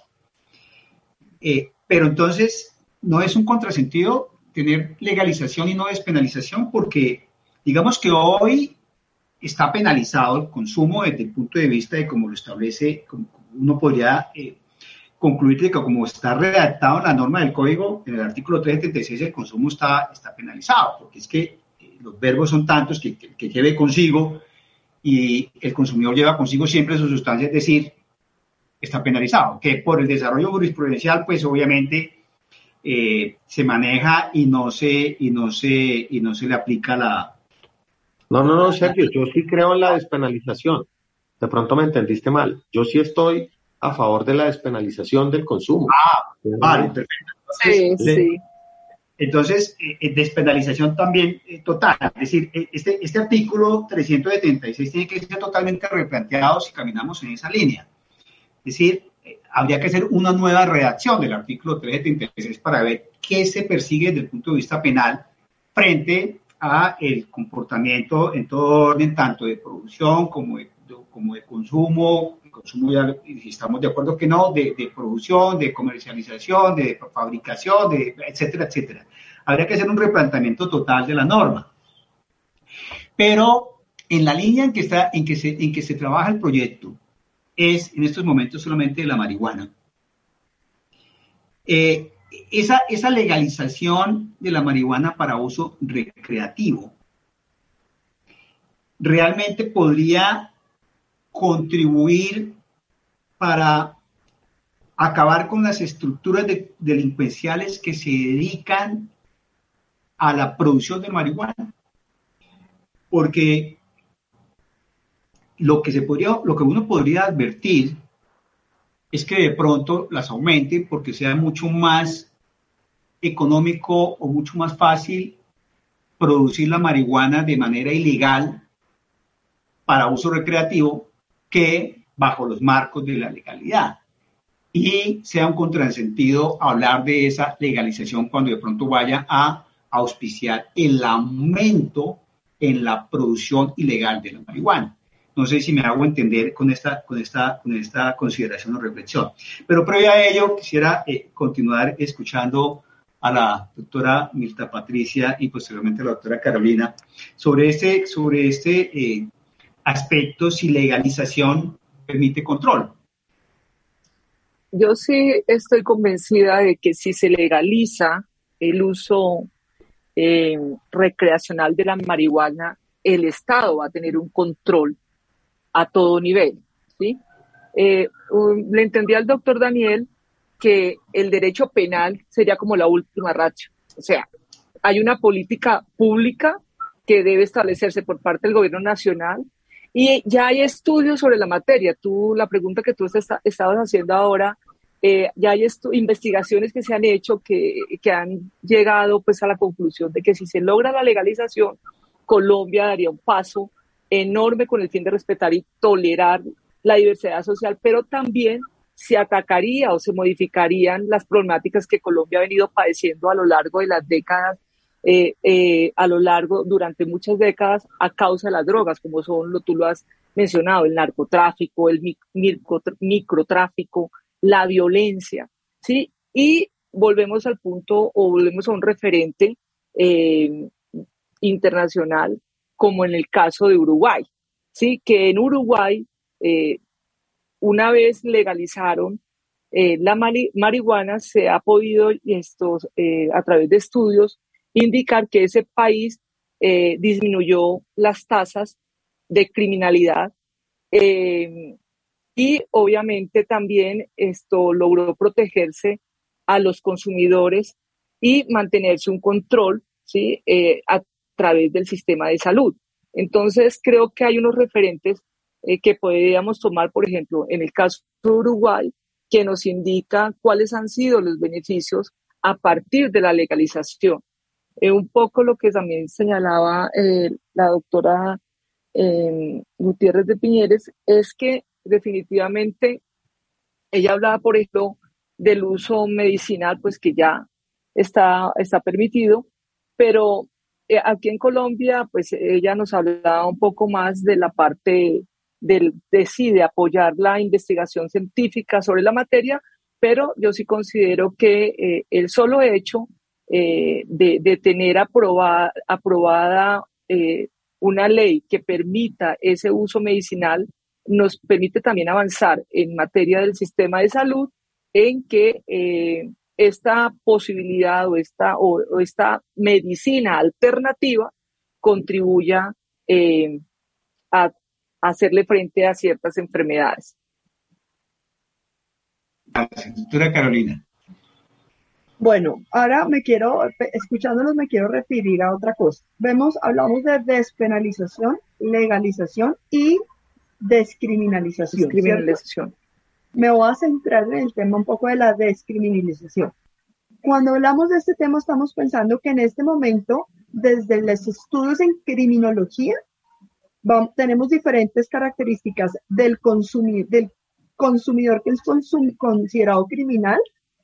Eh, pero entonces, ¿no es un contrasentido tener legalización y no despenalización? Porque digamos que hoy está penalizado el consumo desde el punto de vista de cómo lo establece, como uno podría eh, concluir que como está redactado en la norma del código, en el artículo trescientos setenta y seis el consumo está, está penalizado, porque es que eh, los verbos son tantos que, que, que lleve consigo y el consumidor lleva consigo siempre su sustancia, es decir, está penalizado, que por el desarrollo jurisprudencial, pues obviamente eh, se maneja y no se, y no se, y no se le aplica la... No, no, no, Sergio, yo sí creo en la despenalización. De pronto me entendiste mal. Yo sí estoy a favor de la despenalización del consumo. Ah, vale, perfecto. Entonces, sí, sí. Entonces, eh, despenalización también eh, total. Es decir, eh, este, este artículo trescientos setenta y seis tiene que ser totalmente replanteado si caminamos en esa línea. Es decir, eh, habría que hacer una nueva redacción del artículo trescientos setenta y seis para ver qué se persigue desde el punto de vista penal frente a el comportamiento en todo orden, tanto de producción como de, de, como de consumo, consumo ya, si estamos de acuerdo que no, de, de producción, de comercialización, de fabricación, de etcétera, etcétera. Habría que hacer un replanteamiento total de la norma. Pero en la línea en que, está, en que, se, en que se trabaja el proyecto es en estos momentos solamente de la marihuana. Eh, esa, esa legalización de la marihuana para uso recreativo realmente podría contribuir para acabar con las estructuras de, delincuenciales que se dedican a la producción de marihuana. Porque lo que, se podría, lo que uno podría advertir es que de pronto las aumenten porque sea mucho más económico o mucho más fácil producir la marihuana de manera ilegal para uso recreativo que bajo los marcos de la legalidad. Y sea un contrasentido hablar de esa legalización cuando de pronto vaya a auspiciar el aumento en la producción ilegal de la marihuana. No sé si me hago entender con esta, con esta, con esta consideración o reflexión. Pero previo a ello, quisiera eh, continuar escuchando a la doctora Mirta Patricia y posteriormente a la doctora Carolina sobre este, sobre este eh, aspecto, si legalización permite control. Yo sí estoy convencida de que si se legaliza el uso eh, recreacional de la marihuana, el Estado va a tener un control a todo nivel, ¿sí? Eh, um, le entendí al doctor Daniel que el derecho penal sería como la última ratio. O sea, hay una política pública que debe establecerse por parte del gobierno nacional y ya hay estudios sobre la materia. Tú, la pregunta que tú est- estabas haciendo ahora, eh, ya hay estu- investigaciones que se han hecho que, que han llegado pues a la conclusión de que si se logra la legalización, Colombia daría un paso enorme con el fin de respetar y tolerar la diversidad social, pero también se atacaría o se modificarían las problemáticas que Colombia ha venido padeciendo a lo largo de las décadas, eh, eh, a lo largo, durante muchas décadas, a causa de las drogas, como son, lo, tú lo has mencionado, el narcotráfico, el micro, microtráfico, la violencia, ¿sí? Y volvemos al punto, o volvemos a un referente eh, internacional, como en el caso de Uruguay, ¿sí? Que en Uruguay, eh, una vez legalizaron eh, la mari marihuana, se ha podido, estos, eh, a través de estudios, indicar que ese país eh, disminuyó las tasas de criminalidad eh, y obviamente también esto logró protegerse a los consumidores y mantenerse un control, ¿sí? eh, a través del sistema de salud. Entonces creo que hay unos referentes eh, que podríamos tomar, por ejemplo, en el caso de Uruguay, que nos indica cuáles han sido los beneficios a partir de la legalización. Eh, un poco lo que también señalaba eh, la doctora eh, Gutiérrez de Piñeres es que definitivamente ella hablaba, por ejemplo, del uso medicinal, pues que ya está, está permitido, pero eh, aquí en Colombia, pues ella nos hablaba un poco más de la parte del, de sí, de apoyar la investigación científica sobre la materia, pero yo sí considero que eh, el solo hecho eh, de, de tener aprobada, aprobada eh, una ley que permita ese uso medicinal nos permite también avanzar en materia del sistema de salud, en que eh, esta posibilidad o esta, o, o esta medicina alternativa contribuya eh, a, a hacerle frente a ciertas enfermedades. Gracias, doctora Carolina. Bueno, ahora me quiero, escuchándolos me quiero referir a otra cosa. Vemos, hablamos de despenalización, legalización y descriminalización. Descriminalización. Me voy a centrar en el tema un poco de la descriminalización. Cuando hablamos de este tema estamos pensando que en este momento, desde los estudios en criminología, vamos, tenemos diferentes características del, consumir, del consumidor que es consum, considerado criminal,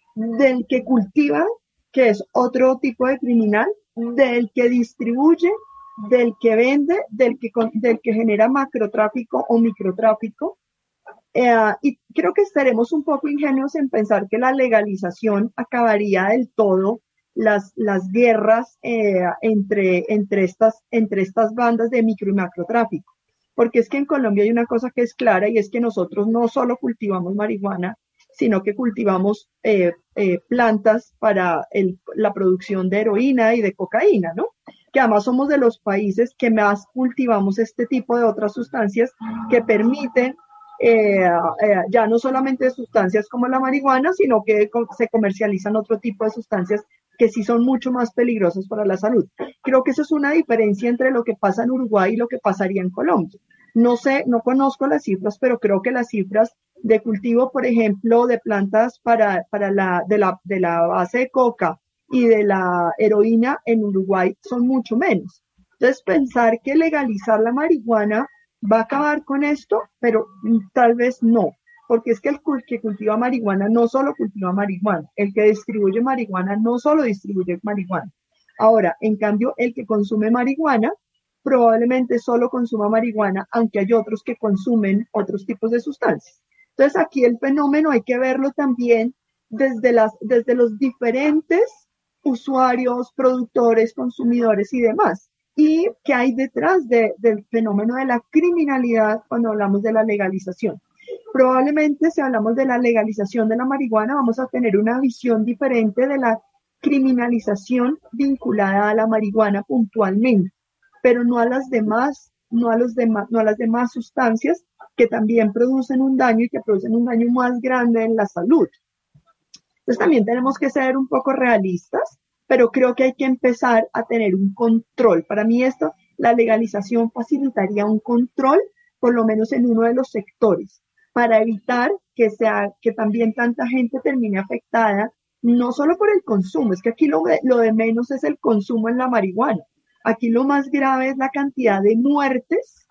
del que cultiva, que es otro tipo de criminal, del que distribuye, del que vende, del que, del que genera macrotráfico o microtráfico. Eh, y creo que estaremos un poco ingenuos en pensar que la legalización acabaría del todo las, las guerras eh, entre, entre, estas, entre estas bandas de micro y macrotráfico. Porque es que en Colombia hay una cosa que es clara y es que nosotros no solo cultivamos marihuana, sino que cultivamos eh, eh, plantas para el, la producción de heroína y de cocaína, ¿no? Que además somos de los países que más cultivamos este tipo de otras sustancias que permiten eh, eh, ya no solamente sustancias como la marihuana, sino que se comercializan otro tipo de sustancias que sí son mucho más peligrosas para la salud. Creo que eso es una diferencia entre lo que pasa en Uruguay y lo que pasaría en Colombia. No sé, no conozco las cifras, pero creo que las cifras de cultivo, por ejemplo, de plantas para, para la, de la, de la base de coca y de la heroína en Uruguay son mucho menos. Entonces, pensar que legalizar la marihuana va a acabar con esto, pero tal vez no, porque es que el que cultiva marihuana no solo cultiva marihuana, el que distribuye marihuana no solo distribuye marihuana. Ahora, en cambio, el que consume marihuana probablemente solo consuma marihuana, aunque hay otros que consumen otros tipos de sustancias. Entonces, aquí el fenómeno hay que verlo también desde, las, desde los diferentes usuarios, productores, consumidores y demás. Y qué hay detrás de, del fenómeno de la criminalidad cuando hablamos de la legalización. Probablemente si hablamos de la legalización de la marihuana vamos a tener una visión diferente de la criminalización vinculada a la marihuana puntualmente, pero no a las demás, no a los demás, no a las demás sustancias que también producen un daño y que producen un daño más grande en la salud. Entonces también tenemos que ser un poco realistas, pero creo que hay que empezar a tener un control. Para mí esto, la legalización facilitaría un control, por lo menos en uno de los sectores, para evitar que sea, que también tanta gente termine afectada, no solo por el consumo, es que aquí lo de, lo de menos es el consumo en la marihuana. Aquí lo más grave es la cantidad de muertes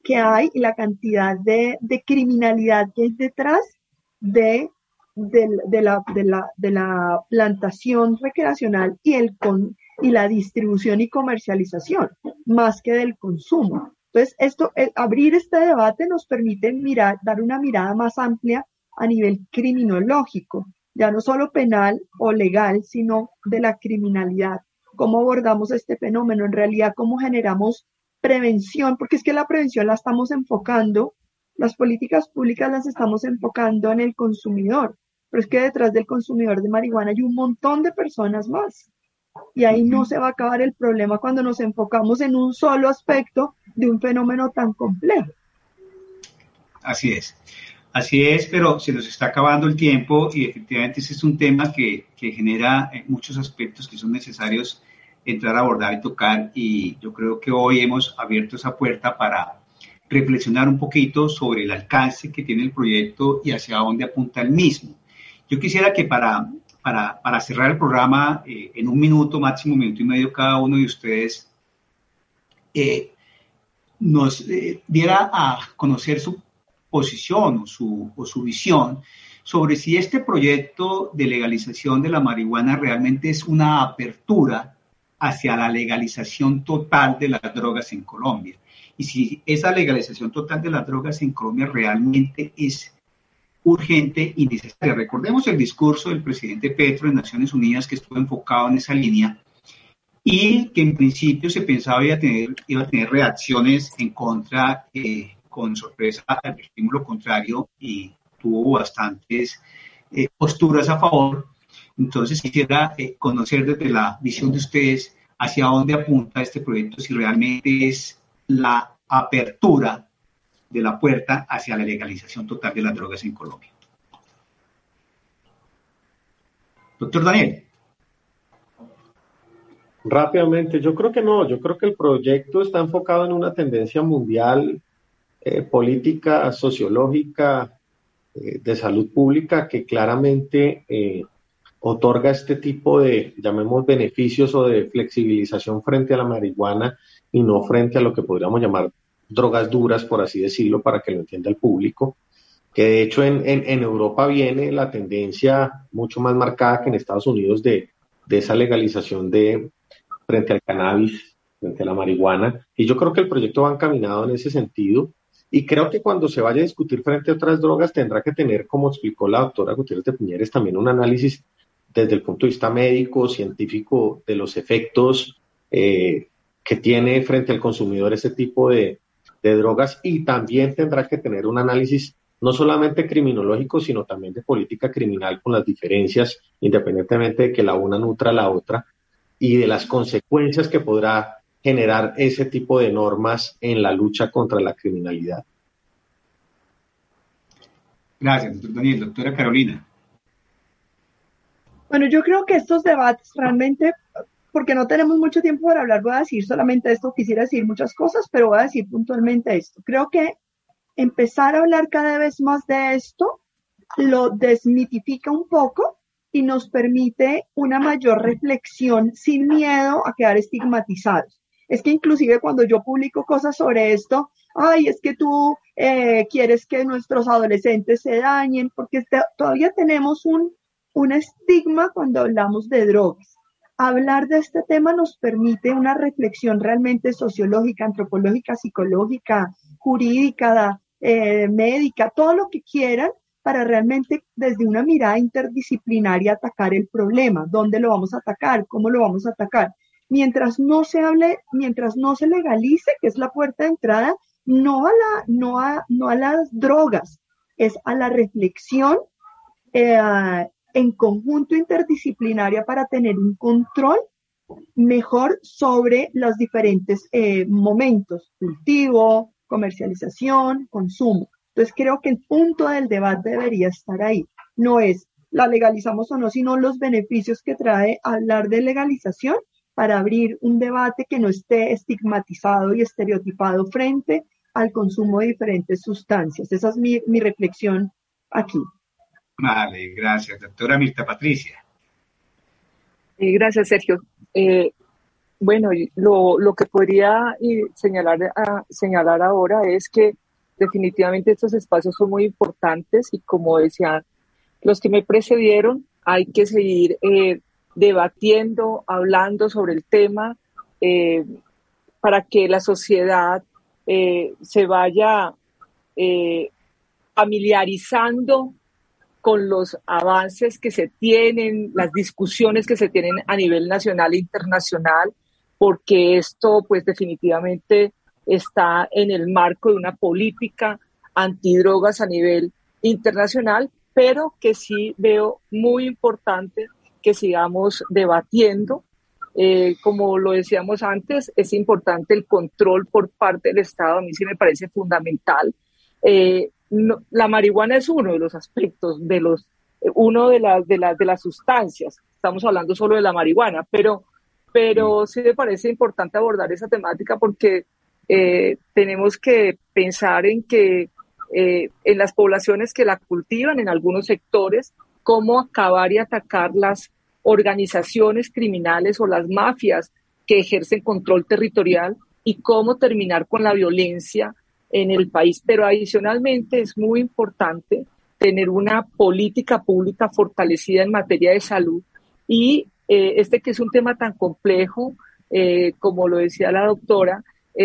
que hay y la cantidad de, de criminalidad que hay detrás de, de, de, la, de, la, de la plantación recreacional y, el con, y la distribución y comercialización, más que del consumo. Entonces, esto, eh, abrir este debate nos permite mirar, dar una mirada más amplia a nivel criminológico, ya no solo penal o legal, sino de la criminalidad. ¿Cómo abordamos este fenómeno? En realidad, ¿cómo generamos prevención? Porque es que la prevención la estamos enfocando, las políticas públicas las estamos enfocando en el consumidor, pero es que detrás del consumidor de marihuana hay un montón de personas más. Y ahí no se va a acabar el problema cuando nos enfocamos en un solo aspecto de un fenómeno tan complejo. Así es. Así es, pero se nos está acabando el tiempo y efectivamente ese es un tema que, que genera muchos aspectos que son necesarios entrar a abordar y tocar, y yo creo que hoy hemos abierto esa puerta para reflexionar un poquito sobre el alcance que tiene el proyecto y hacia dónde apunta el mismo. Yo quisiera que para, para, para cerrar el programa, eh, en un minuto, máximo minuto y medio, cada uno de ustedes eh, nos eh, diera a conocer su posición o su, o su visión sobre si este proyecto de legalización de la marihuana realmente es una apertura hacia la legalización total de las drogas en Colombia. Y si esa legalización total de las drogas en Colombia realmente es urgente y necesaria. Recordemos el discurso del presidente Petro en Naciones Unidas, que estuvo enfocado en esa línea y que en principio se pensaba iba a tener, iba a tener reacciones en contra, eh, con sorpresa al estímulo contrario, y tuvo bastantes eh, posturas a favor. Entonces quisiera eh, conocer desde la visión de ustedes hacia dónde apunta este proyecto, si realmente es la apertura de la puerta hacia la legalización total de las drogas en Colombia. Doctor Daniel. Rápidamente, yo creo que no, yo creo que el proyecto está enfocado en una tendencia mundial, eh, política, sociológica, eh, de salud pública, que claramente eh, otorga este tipo de, llamemos, beneficios o de flexibilización frente a la marihuana y no frente a lo que podríamos llamar drogas duras, por así decirlo, para que lo entienda el público, que de hecho en, en, en Europa viene la tendencia mucho más marcada que en Estados Unidos de, de esa legalización de frente al cannabis, frente a la marihuana, y yo creo que el proyecto va encaminado en ese sentido, y creo que cuando se vaya a discutir frente a otras drogas tendrá que tener, como explicó la doctora Gutiérrez de Piñeres, también un análisis desde el punto de vista médico, científico, de los efectos eh, que tiene frente al consumidor ese tipo de, de drogas, y también tendrá que tener un análisis no solamente criminológico, sino también de política criminal, con las diferencias, independientemente de que la una nutra a la otra, y de las consecuencias que podrá generar ese tipo de normas en la lucha contra la criminalidad. Gracias, doctor Daniel. Doctora Carolina. Bueno, yo creo que estos debates realmente, porque no tenemos mucho tiempo para hablar, voy a decir solamente esto, quisiera decir muchas cosas, pero voy a decir puntualmente esto. Creo que empezar a hablar cada vez más de esto lo desmitifica un poco y nos permite una mayor reflexión sin miedo a quedar estigmatizados. Es que inclusive cuando yo publico cosas sobre esto, ay, es que tú eh, quieres que nuestros adolescentes se dañen, porque te, todavía tenemos un, un estigma cuando hablamos de drogas. Hablar de este tema nos permite una reflexión realmente sociológica, antropológica, psicológica, jurídica, eh, médica, todo lo que quieran, para realmente desde una mirada interdisciplinaria atacar el problema. ¿Dónde lo vamos a atacar? ¿Cómo lo vamos a atacar? Mientras no se hable, mientras no se legalice, que es la puerta de entrada, no a, la, no a, no a las drogas, es a la reflexión eh, en conjunto interdisciplinaria para tener un control mejor sobre los diferentes eh, momentos, cultivo, comercialización, consumo. Entonces creo que el punto del debate debería estar ahí. No es la legalizamos o no, sino los beneficios que trae hablar de legalización para abrir un debate que no esté estigmatizado y estereotipado frente al consumo de diferentes sustancias. Esa es mi, mi reflexión aquí. Vale, gracias. Doctora Mirta Patricia. Eh, gracias, Sergio. Eh, Bueno, lo, lo que podría señalar, a, señalar ahora es que definitivamente estos espacios son muy importantes y como decían los que me precedieron, hay que seguir eh, debatiendo, hablando sobre el tema eh, para que la sociedad eh, se vaya eh, familiarizando con los avances que se tienen, las discusiones que se tienen a nivel nacional e internacional, porque esto pues definitivamente está en el marco de una política antidrogas a nivel internacional, pero que sí veo muy importante que sigamos debatiendo. Eh, como lo decíamos antes, es importante el control por parte del Estado, a mí sí me parece fundamental. Eh, no, la marihuana es uno de los aspectos, de los, uno de, la, de, la, de las sustancias, estamos hablando solo de la marihuana, pero pero sí me parece importante abordar esa temática porque eh, tenemos que pensar en que eh, en las poblaciones que la cultivan, en algunos sectores, cómo acabar y atacar las organizaciones criminales o las mafias que ejercen control territorial y cómo terminar con la violencia en el país. Pero adicionalmente es muy importante tener una política pública fortalecida en materia de salud y Eh, este que es un tema tan complejo, eh, como lo decía la doctora,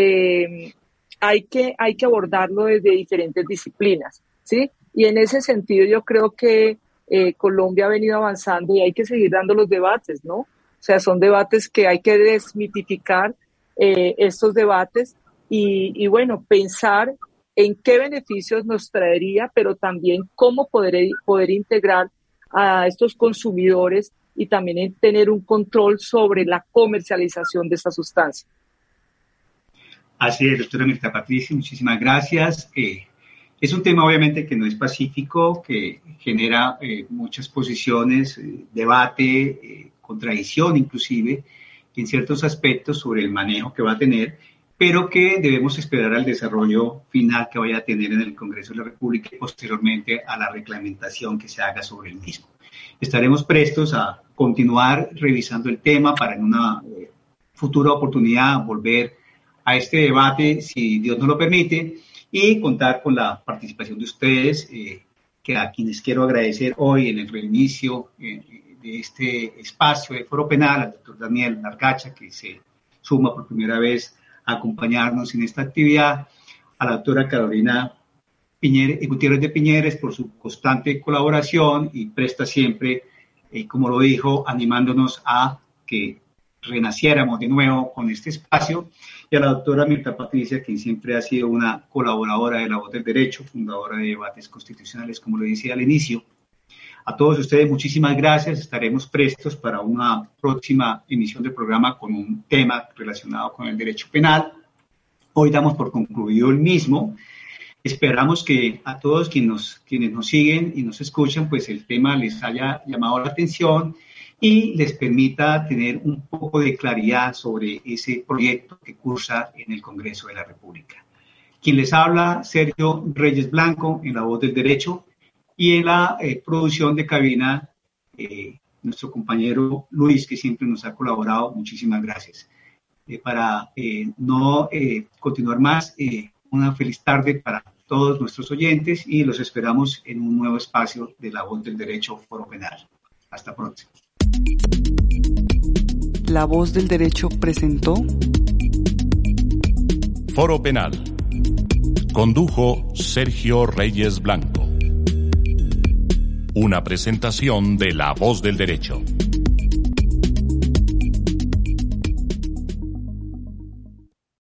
eh, hay que, hay que abordarlo desde diferentes disciplinas, ¿sí? Y en ese sentido yo creo que eh, Colombia ha venido avanzando y hay que seguir dando los debates, ¿no? O sea, son debates que hay que desmitificar eh, estos debates y, y bueno, pensar en qué beneficios nos traería, pero también cómo poder, poder integrar a estos consumidores y también en tener un control sobre la comercialización de esta sustancia. Así es, doctora Mirta Patricia, muchísimas gracias. Eh, es un tema obviamente que no es pacífico, que genera eh, muchas posiciones, eh, debate, eh, contradicción inclusive, en ciertos aspectos sobre el manejo que va a tener, pero que debemos esperar al desarrollo final que vaya a tener en el Congreso de la República y posteriormente a la reglamentación que se haga sobre el mismo. Estaremos prestos a continuar revisando el tema para en una eh, futura oportunidad volver a este debate, si Dios nos lo permite, y contar con la participación de ustedes, eh, que a quienes quiero agradecer hoy en el reinicio eh, de este espacio de Foro Penal, al doctor Daniel Nargacha, que se suma por primera vez a acompañarnos en esta actividad, a la doctora Carolina Piñeres, Gutiérrez de Piñeres por su constante colaboración y presta siempre, eh, como lo dijo, animándonos a que renaciéramos de nuevo con este espacio, y a la doctora Mirta Patricia, quien siempre ha sido una colaboradora de La Voz del Derecho, fundadora de Debates Constitucionales, como lo decía al inicio. A todos ustedes, muchísimas gracias. Estaremos prestos para una próxima emisión del programa con un tema relacionado con el derecho penal. Hoy damos por concluido el mismo. Esperamos que a todos quienes nos, quienes nos siguen y nos escuchan, pues el tema les haya llamado la atención y les permita tener un poco de claridad sobre ese proyecto que cursa en el Congreso de la República. Quien les habla, Sergio Reyes Blanco, en La Voz del Derecho, y en la eh, producción de cabina, eh, nuestro compañero Luis, que siempre nos ha colaborado. Muchísimas gracias. Eh, para eh, no eh, continuar más, eh, una feliz tarde para todos nuestros oyentes y los esperamos en un nuevo espacio de La Voz del Derecho Foro Penal. Hasta pronto. La Voz del Derecho presentó Foro Penal. Condujo Sergio Reyes Blanco. Una presentación de La Voz del Derecho.